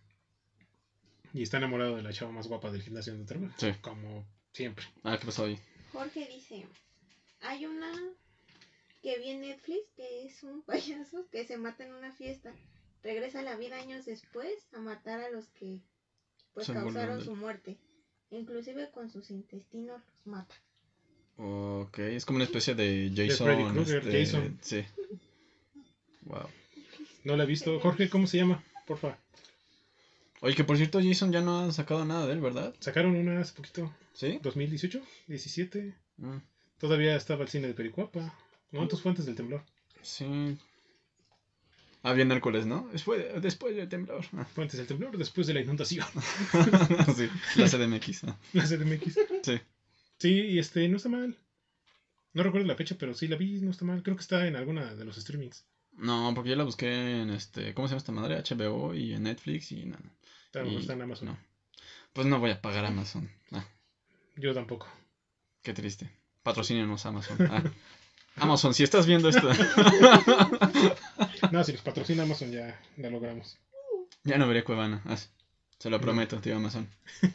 Y está enamorado de la chava más guapa del gimnasio donde trabaja. Sí. Como siempre. Ah, ¿qué pasó ahí? Jorge dice, hay una que vi en Netflix que es un payaso que se mata en una fiesta. Regresa a la vida años después a matar a los que pues Se causaron burlan de- su muerte. Inclusive con sus intestinos los mata. Ok, es como una especie de Jason. Freddy Krueger, este, Jason. Sí. Wow. No la he visto. Jorge, ¿cómo se llama? Porfa. Oye, que por cierto, Jason ya no ha sacado nada de él, ¿verdad? Sacaron una hace poquito. ¿Sí? ¿dos mil dieciocho? ¿diecisiete? Mm, Todavía estaba el cine de Pericuapa. No, tus fuentes del temblor. sí. Ah, bien Hércules, ¿no? Después, después del temblor. Ah, Fuentes del temblor después de la inundación. sí, la C D M X. ah, La C D M X. Sí. Sí, y este, no está mal. No recuerdo la fecha, pero sí la vi, no está mal. Creo que está en alguna de los streamings. No, porque yo la busqué en este. ¿Cómo se llama esta madre? H B O y en Netflix y no. no. Está, a lo mejor Y- está en Amazon. No. Pues no voy a pagar Amazon. Ah, Yo tampoco. qué triste. Patrocínenos Amazon. Ah. Amazon, si estás viendo esto, No, si nos patrocina Amazon ya la logramos. ya no veré Cuevana. Ah, se lo prometo, tío Amazon.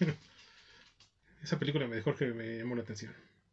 Esa película de Jorge me llamó la atención.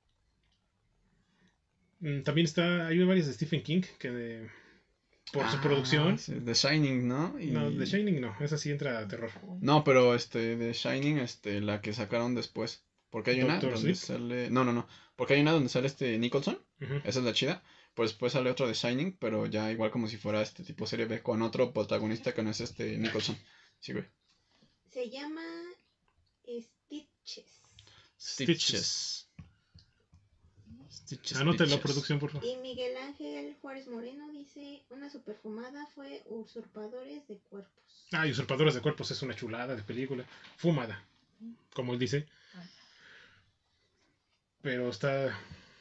Mm, También está, hay varias de Stephen King que de- por su Ah, producción. sí, The Shining, ¿no? Y- No, The Shining no, esa sí entra a terror. No, pero este, The Shining, este, la que sacaron después. Porque hay una Doctor donde Sleep. sale. No, no, no. Porque hay una donde sale este Nicholson. Ujú. Esa es la chida. Pues después sale otro de Shining, pero ya igual como si fuera este tipo serie B con otro protagonista que no es este Nicholson. Sí, güey. Se llama Stitches. Stitches. Stitches. Anótelo, bitches. producción, por favor. Y Miguel Ángel Juárez Moreno dice, una superfumada fue Usurpadores de Cuerpos. Ah, y Usurpadores de Cuerpos es una chulada de película. Fumada, como él dice. Pero está...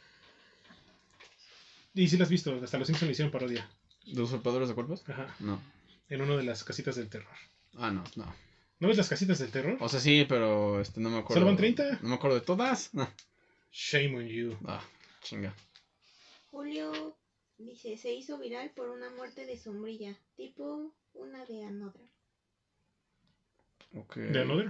Y si la has visto, hasta los Simpsons le hicieron parodia. ¿De usurpadores de cuerpos? Ajá, No. en una de las casitas del terror. Ah, no, no. ¿No ves las casitas del terror? O sea, sí, pero este no me acuerdo. ¿Solo van treinta? No me acuerdo de todas. No. Shame on you. Ah, chinga. Julio dice, se hizo viral por una muerte de sombrilla, tipo una de Another. Ok. ¿De Another?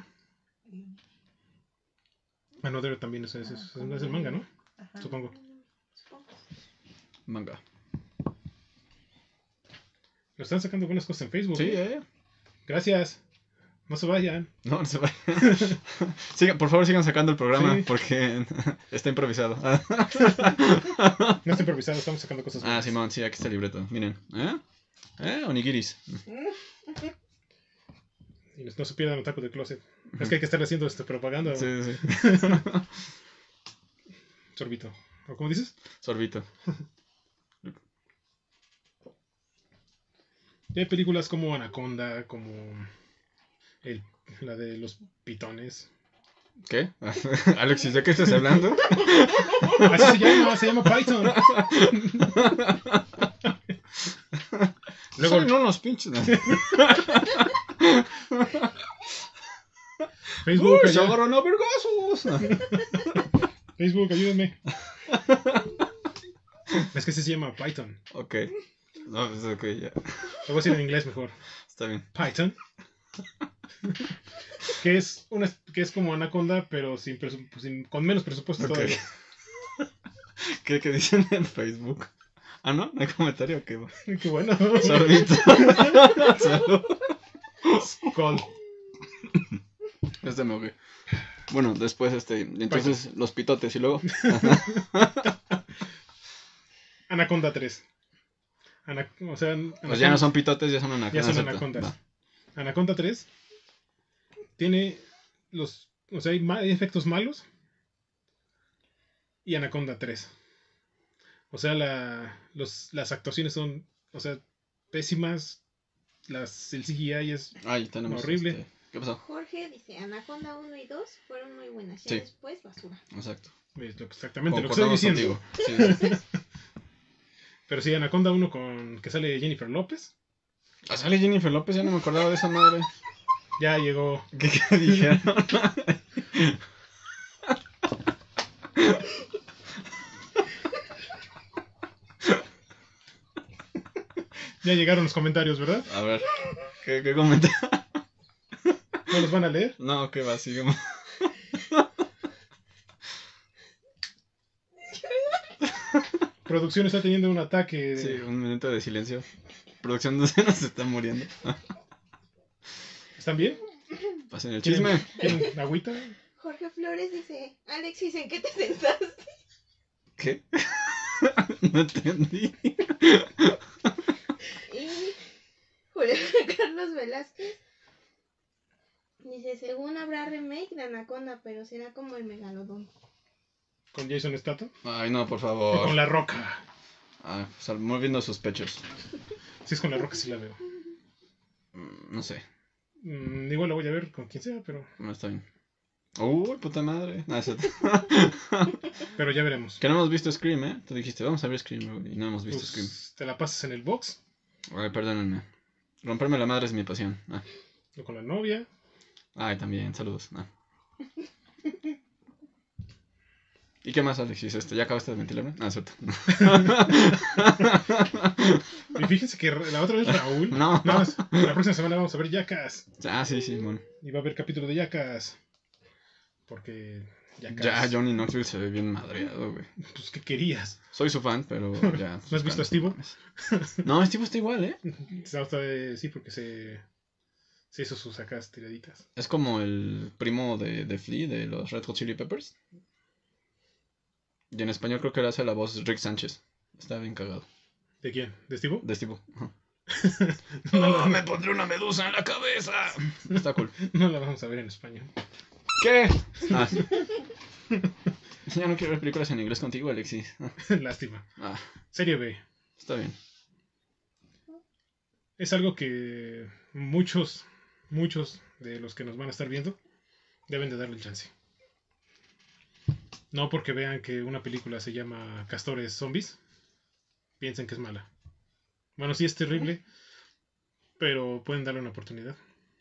Another también es, es, es, es el manga, ¿no? Ajá. Supongo. Supongo. Manga. Lo están sacando buenas cosas en Facebook. Sí, ¿eh? eh. Gracias. No se vayan. No, no se vayan. Sigan, por favor, sigan sacando el programa Sí. porque está improvisado. No está improvisado, estamos sacando cosas Ah, buenas. Simón, sí, aquí está el libreto. Miren. ¿Eh? ¿Eh? Onigiris. Y no se pierdan Otaku de Closet. Es que hay que estar haciendo esta propaganda. Sí, sí. Sorbito. ¿O cómo dices? Sorbito. Y hay películas como Anaconda, como el, la de los pitones. ¿Qué? Alexis, ¿de qué estás hablando? Así se llama, se llama Python. Luego, Son unos pinches. Facebook, Uy, se ayú- agarran a vergazos. Facebook, ayúdenme. Es que ese se llama Python. Ok. No, pues ok, ya. Lo voy a decir en inglés mejor. Está bien. Python. Que es una que es como Anaconda, pero sin, presu- sin- con menos presupuesto Ok. todavía. ¿Qué, ¿Qué dicen en Facebook? Ah, ¿no? ¿No hay comentario? ¿Qué? Qué bueno. Sorbito. Salud. Col. Este me ahogué. Bueno, después, este, entonces los pitotes y luego. Anaconda tres. Ana- o sea, Pues ya no son pitotes, ya son Ya anacondas. son ¿cierto? anacondas. Va. Anaconda tres tiene los... O sea, hay, ma- hay efectos malos. Y Anaconda tres. O sea, la, los, las actuaciones son, o sea, pésimas. Las, el C G I es Ahí tenemos. horrible. Este... ¿Qué pasó? Jorge dice, Anaconda uno y dos fueron muy buenas. Ya Sí. después, basura. Exacto. Es lo- exactamente lo que estoy Concordamos diciendo. contigo. Sí, sí, sí. Pero sí, Anaconda uno con que sale Jennifer López. Ah, sale Jennifer López, ya no me acordaba de esa madre. Ya llegó. ¿Qué, qué dijeron? Ya llegaron los comentarios, ¿verdad? A ver, ¿qué, qué comenta? ¿No los van a leer? No, ¿qué va? Sigamos. Producción está teniendo un ataque. Sí, De... un minuto de silencio. Producción de escenas se está muriendo. ¿Están bien? Pasen el ¿Quieren- chisme. ¿Quieren agüita? Jorge Flores dice, Alexis, ¿en qué te sentaste? ¿Qué? No entendí. Y Julio Carlos Velázquez dice, según habrá remake de Anaconda, pero será como el Megalodón. ¿Con Jason Statham? Ay, no, por ¿O con favor. La Roca? Ah, sal- moviendo sospechos. Si es con La Roca, sí la veo. Mm, No sé, Mm, igual la voy a ver con quien sea, pero, no está bien. Uy, puta madre. No, es cierto. pero ya veremos. Que no hemos visto Scream, ¿eh? Tú dijiste, vamos a ver Scream, y no hemos visto Scream. Pues, te la pasas en el box Ay, perdónenme. Romperme la madre es mi pasión. Ah. o con la novia. Ay, también, saludos. Ah. ¿Y qué más, Alexis? Este, ¿ya acabaste de ventilarme? Ah, cierto. Y fíjense que la otra vez Raúl. No. Nada más, la próxima semana vamos a ver Jackass. Ah, sí, sí, bueno. Y va a haber capítulo de Jackass. Porque Jackass. Ya, Johnny Knoxville se ve bien madreado, güey. Pues, ¿qué querías? Soy su fan, pero ya. ¿No has visto a Steve-O? No, Steve está igual, ¿eh? Sí, porque se, se hizo sus sacas tiraditas. Es como el primo de, de Flea, de los Red Hot Chili Peppers. Y en español creo que le hace la voz Rick Sánchez. Está bien cagado. ¿De quién? ¿De Steve-O? De Steve. Ajá. No, ¡Oh, la- me pondré una medusa en la cabeza! Está cool. no la vamos a ver en español. ¿Qué? Ah. Ya no quiero ver películas en inglés contigo, Alexis. Lástima. Ah, Serie B. está bien. Es algo que muchos, muchos de los que nos van a estar viendo deben de darle el chance. No porque vean que una película se llama Castores Zombies, piensen que es mala. Bueno, sí es terrible, pero pueden darle una oportunidad.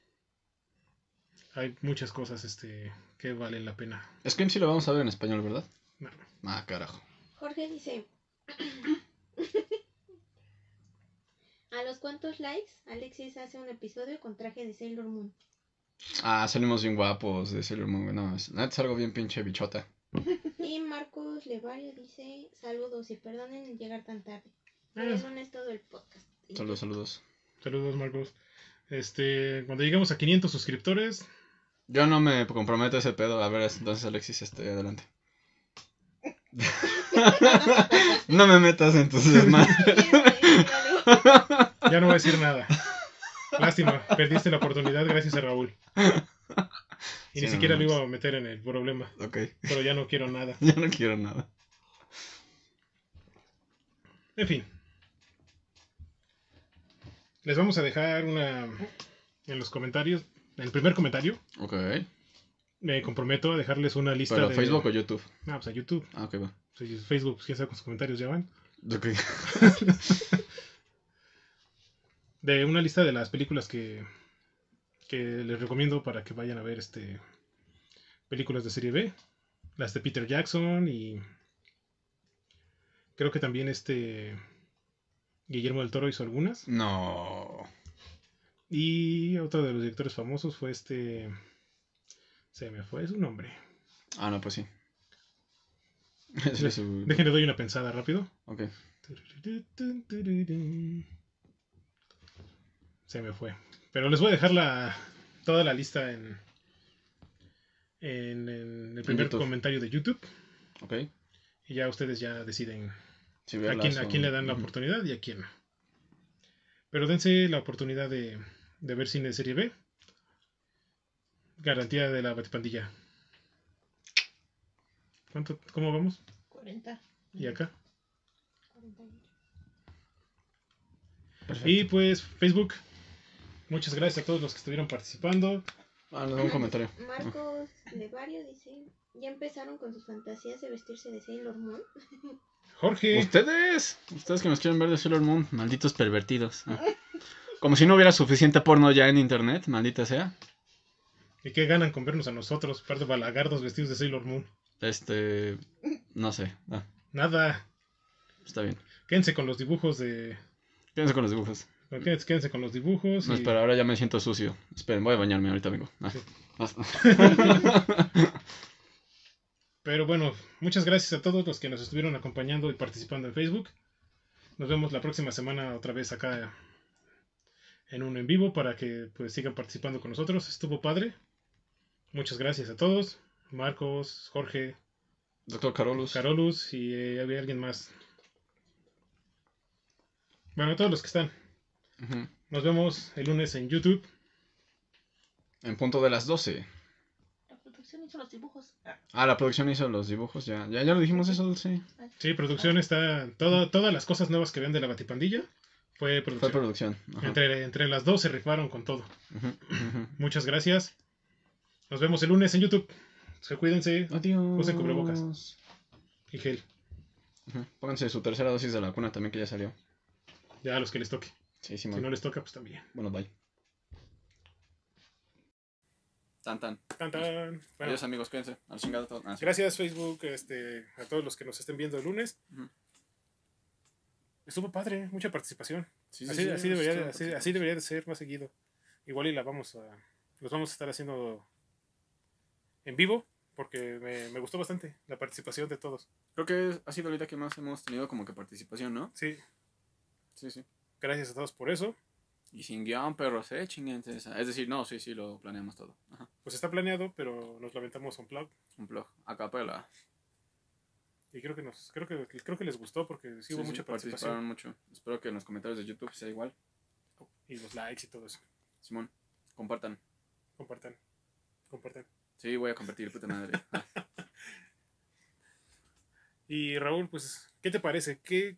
Hay muchas cosas este, que valen la pena. Scream sí lo vamos a ver en español, ¿verdad? No. Ah, carajo. Jorge dice, ¿a los cuantos likes Alexis hace un episodio con traje de Sailor Moon? Ah, salimos bien guapos de Sailor Moon. No, es, neta es algo bien pinche bichota. Y Marcos Levario dice, saludos y perdonen el llegar tan tarde. Ah. El lunes todo el podcast. Saludos, saludos. Saludos, Marcos. Este, cuando lleguemos a quinientos suscriptores, Yo no me comprometo a ese pedo. A ver, entonces Alexis, este, adelante. No me metas en tus desmadres. ya no voy a decir nada. Lástima, perdiste la oportunidad gracias a Raúl. Y Sí, ni no, siquiera no, lo no. iba a meter en el problema, Ok, pero ya no quiero nada. ya no quiero nada. En fin. Les vamos a dejar una en los comentarios, en el primer comentario. Ok. Me comprometo a dejarles una lista ¿Pero de... Facebook o YouTube? Ah, pues a YouTube. Ah, ok, va. Si Facebook, pues, quién sabe con sus comentarios ya van. Ok. De una lista de las películas que, que les recomiendo para que vayan a ver este películas de serie B. Las de Peter Jackson y creo que también este Guillermo del Toro hizo algunas. No. Y otro de los directores famosos fue este... Se me fue su nombre. Ah, no, pues sí. Ese es su... Déjenle doy una pensada rápido. Ok. Se me fue. Pero les voy a dejar la, toda la lista en, en, en el primer YouTube. comentario de YouTube. Ok. Y ya ustedes ya deciden Si a verlas quién, a o- quién le dan la Ujú. oportunidad y a quién no. Pero dense la oportunidad de, de ver cine de serie B. garantía de la Batipandilla. ¿Cuánto, ¿Cómo vamos? cuarenta. ¿Y acá? cuarenta y ocho. Perfecto. Y pues Facebook. Muchas gracias a todos los que estuvieron participando. Ah, les doy un comentario. Marcos Levario dice, ya empezaron con sus fantasías de vestirse de Sailor Moon. Jorge. Ustedes, ustedes que nos quieren ver de Sailor Moon, malditos pervertidos. Ah. Como si no hubiera suficiente porno ya en internet, maldita sea. ¿Y qué ganan con vernos a nosotros? Par de balagardos vestidos de Sailor Moon. Este, no sé. Ah, Nada. está bien. Quédense con los dibujos de... Quédense con los dibujos. Quédense, quédense con los dibujos. No, y- espera, ahora ya me siento sucio. Esperen, voy a bañarme, ahorita vengo. Ah. Sí. Basta. Pero bueno, muchas gracias a todos los que nos estuvieron acompañando y participando en Facebook. Nos vemos la próxima semana otra vez acá en un en vivo para que pues sigan participando con nosotros. Estuvo padre. Muchas gracias a todos. Marcos, Jorge, Doctor Carolus. Carolus y eh, había alguien más. Bueno, todos los que están. Ujú. Nos vemos el lunes en YouTube. En punto de las doce. La producción hizo los dibujos. Ah, la producción hizo los dibujos, ya. Ya, ya lo dijimos eso, Dulce. Sí, producción está... Todo, todas las cosas nuevas que ven de la Batipandilla fue Fue producción. producción. Ajá. Entre, entre las dos se rifaron con todo. Ujú, ujú. Muchas gracias. Nos vemos el lunes en YouTube. Se cuídense Adiós. Usen cubrebocas. y gel. Ujú. Pónganse su tercera dosis de la vacuna también que ya salió. Ya a los que les toque. Sí, sí, Si man. no les toca, pues también. Bueno, bye. Tan, tan. Tan, tan. Bueno, Adiós, amigos, cuídense. Al chingado todo. Ah, sí. gracias Facebook, este, a todos los que nos estén viendo el lunes. Ujú. Estuvo padre, mucha participación. Sí, sí, así, sí, así, debería, estuvo de- así, perfecto. así debería de ser más seguido. Igual y la vamos a, los vamos a estar haciendo en vivo porque me, me gustó bastante la participación de todos. Creo que ha sido ahorita que más hemos tenido como que participación, ¿no? Sí, Sí, sí. gracias a todos por eso. Y sin guión, perros, eh, chinguense esa. Es decir, no, sí, sí, lo planeamos todo. Ajá. Pues está planeado, pero nos lamentamos un plug. Un blog. A capela. Y creo que nos, creo que, creo que les gustó porque sí hubo mucha participación. participaron mucho. Espero que en los comentarios de YouTube sea igual. Y los likes y todo eso. Simón, compartan. Compartan. Compartan. Sí, voy a compartir, puta madre. Ah. Y Raúl, pues, ¿qué te parece? ¿Qué,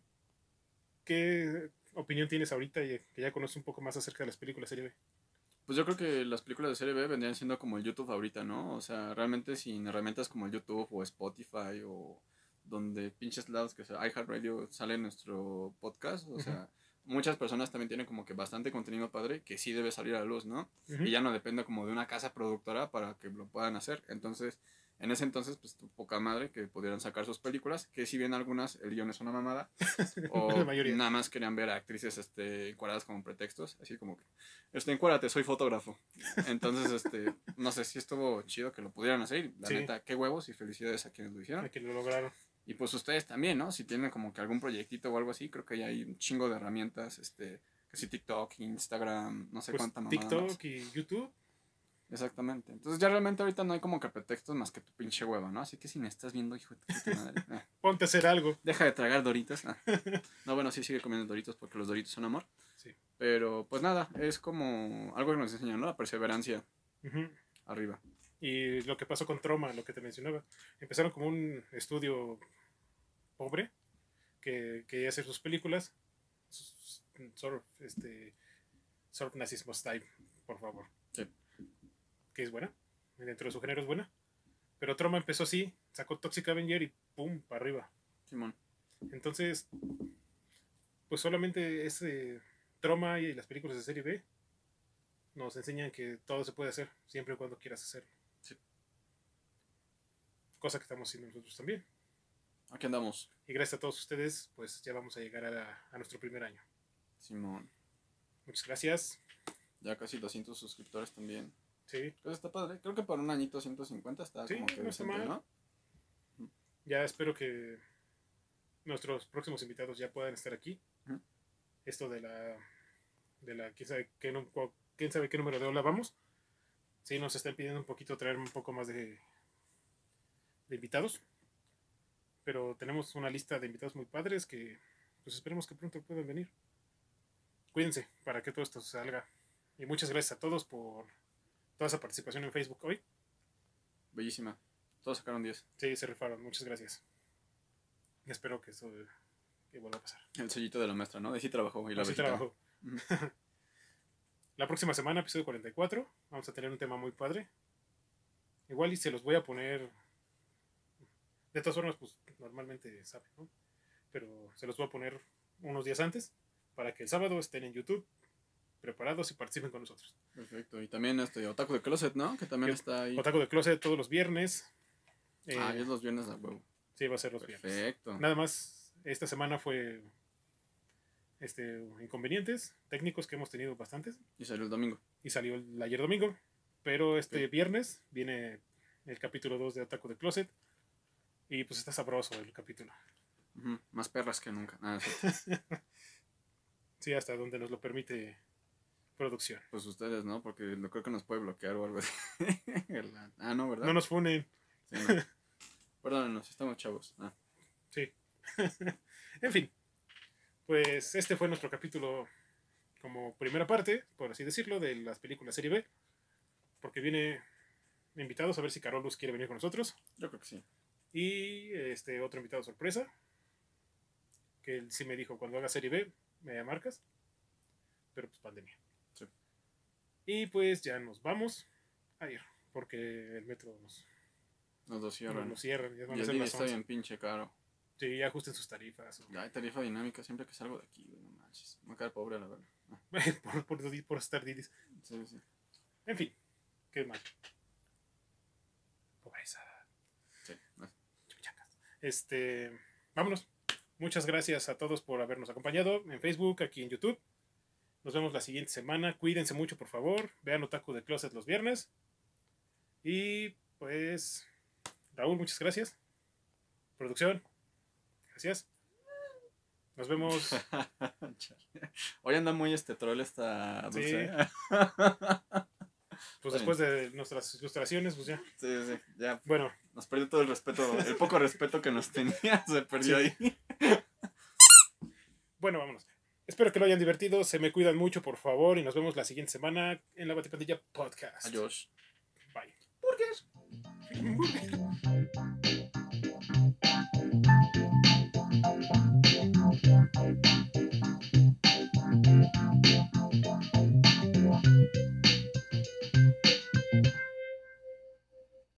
qué opinión tienes ahorita y que ya conoces un poco más acerca de las películas serie B? Pues yo creo que las películas de serie B vendrían siendo como el YouTube ahorita, ¿no? O sea, realmente sin herramientas como el YouTube o Spotify o donde pinches lados que sea iHeartRadio sale nuestro podcast, o sea, muchas personas también tienen como que bastante contenido padre que sí debe salir a la luz, ¿no? Ujú. Y ya no depende como de una casa productora para que lo puedan hacer. Entonces, en ese entonces, pues tu poca madre que pudieran sacar sus películas, que si bien algunas el guión es una mamada, o La mayoría. nada más querían ver a actrices este, encuadradas como pretextos, así como que, este, encuádrate, soy fotógrafo. Entonces, este, no sé si estuvo chido que lo pudieran hacer. La Sí. neta, qué huevos y felicidades a quienes lo hicieron. A que lo lograron. Y pues ustedes también, ¿no? Si tienen como que algún proyectito o algo así, creo que ya hay un chingo de herramientas, este, que si TikTok, Instagram, no sé Pues, cuánta mamada TikTok más. y YouTube. Exactamente. Entonces ya realmente ahorita no hay como que pretextos más que tu pinche hueva, ¿no? Así que si me estás viendo, hijo de tu puta madre, eh, Ponte a hacer algo. deja de tragar Doritos. Ah. No, bueno, sí sigue comiendo Doritos porque los Doritos son amor. Sí. Pero pues nada, es como algo que nos enseñan, ¿no? La perseverancia Ujú. arriba. Y lo que pasó con Troma, lo que te mencionaba. Empezaron como un estudio pobre que quería hacer sus películas. Sus- Sort of, este, sort of Nazismo Style, por favor. Sí. Que es buena. Dentro de su género es buena. Pero Troma empezó así. Sacó Toxic Avenger y pum, para arriba. Simón. Entonces, pues solamente ese Troma y las películas de serie B nos enseñan que todo se puede hacer siempre y cuando quieras hacerlo. Sí. Cosa que estamos haciendo nosotros también. Aquí andamos. Y gracias a todos ustedes, pues ya vamos a llegar a, a nuestro primer año. Simón. Muchas gracias. Ya casi doscientos suscriptores también. Sí, Pues está padre. Creo que para un añito ciento cincuenta está Sí, como que no está decente, mal. ¿no? ya espero que nuestros próximos invitados ya puedan estar aquí. Ujú. Esto de la, de la quién sabe qué, nu- cu- quién sabe qué número de ola vamos. Sí, nos están pidiendo un poquito traer un poco más de, de invitados. Pero tenemos una lista de invitados muy padres que pues esperemos que pronto puedan venir. Cuídense para que todo esto salga. Y muchas gracias a todos por toda esa participación en Facebook hoy. Bellísima. Todos sacaron diez. Sí, se rifaron. Muchas gracias. Y espero que eso que vuelva a pasar. El sellito de la maestra, ¿no? De sí trabajó. Y la Así abejita. trabajó. Ujú. La próxima semana, episodio cuarenta y cuatro, vamos a tener un tema muy padre. Igual y se los voy a poner. De todas formas, pues normalmente saben, ¿no? Pero se los voy a poner unos días antes para que el sábado estén en YouTube preparados y participen con nosotros. Perfecto. Y también este Otaku de Closet, ¿no? Que también Yo- está ahí. Otaku de Closet todos los viernes. Eh, Ah, y es los viernes a huevo. Sí, va a ser los viernes. Perfecto. Nada más, esta semana fue este, inconvenientes técnicos que hemos tenido bastantes. Y salió el domingo. Y salió el ayer domingo. Pero este Ok. viernes viene el capítulo dos de Otaku de Closet. Y pues está sabroso el capítulo. Ujú. Más perras que nunca. Ah, sí. Sí, hasta donde nos lo permite producción. Pues ustedes, ¿no? Porque no creo que nos puede bloquear o algo así. La- ah, no, ¿verdad? No nos funen. Sí, no. Perdónenos, estamos chavos. Ah. Sí. En fin. Pues este fue nuestro capítulo como primera parte, por así decirlo, de las películas serie B. Porque viene invitados a ver si Carolus quiere venir con nosotros. Yo creo que sí. Y este otro invitado sorpresa. Que él sí me dijo, cuando haga serie B, me marcas. Pero pues pandemia. Sí. Y pues ya nos vamos a ir. Porque el metro nos, Los dos cierran. nos cierran. Ya van Y a el ser Didi las está once. bien pinche caro. Sí, ya ajusten sus tarifas. Ya hay tarifa dinámica siempre que salgo de aquí, güey. No manches. Me voy a quedar pobre, la verdad. Ah, por, por, por estar Didis. sí, sí. En fin, qué mal. Pobreza. Sí. no. Chuchacas. Este, vámonos. Muchas gracias a todos por habernos acompañado en Facebook, aquí en YouTube. Nos vemos la siguiente semana. Cuídense mucho, por favor. Vean Otaku de Closet los viernes. Y pues, Raúl, muchas gracias. Producción, gracias. Nos vemos. Chale. Hoy anda muy este troll esta dulce. Sí. Pues después de nuestras ilustraciones, pues ya. Sí, sí, ya Bueno, nos perdió todo el respeto, el poco respeto que nos tenía, se perdió Sí. ahí. bueno, vámonos. Espero que lo hayan divertido. Se me cuidan mucho, por favor. Y nos vemos la siguiente semana en la Batipandilla Podcast. Adiós. Bye. Burgers. Burger.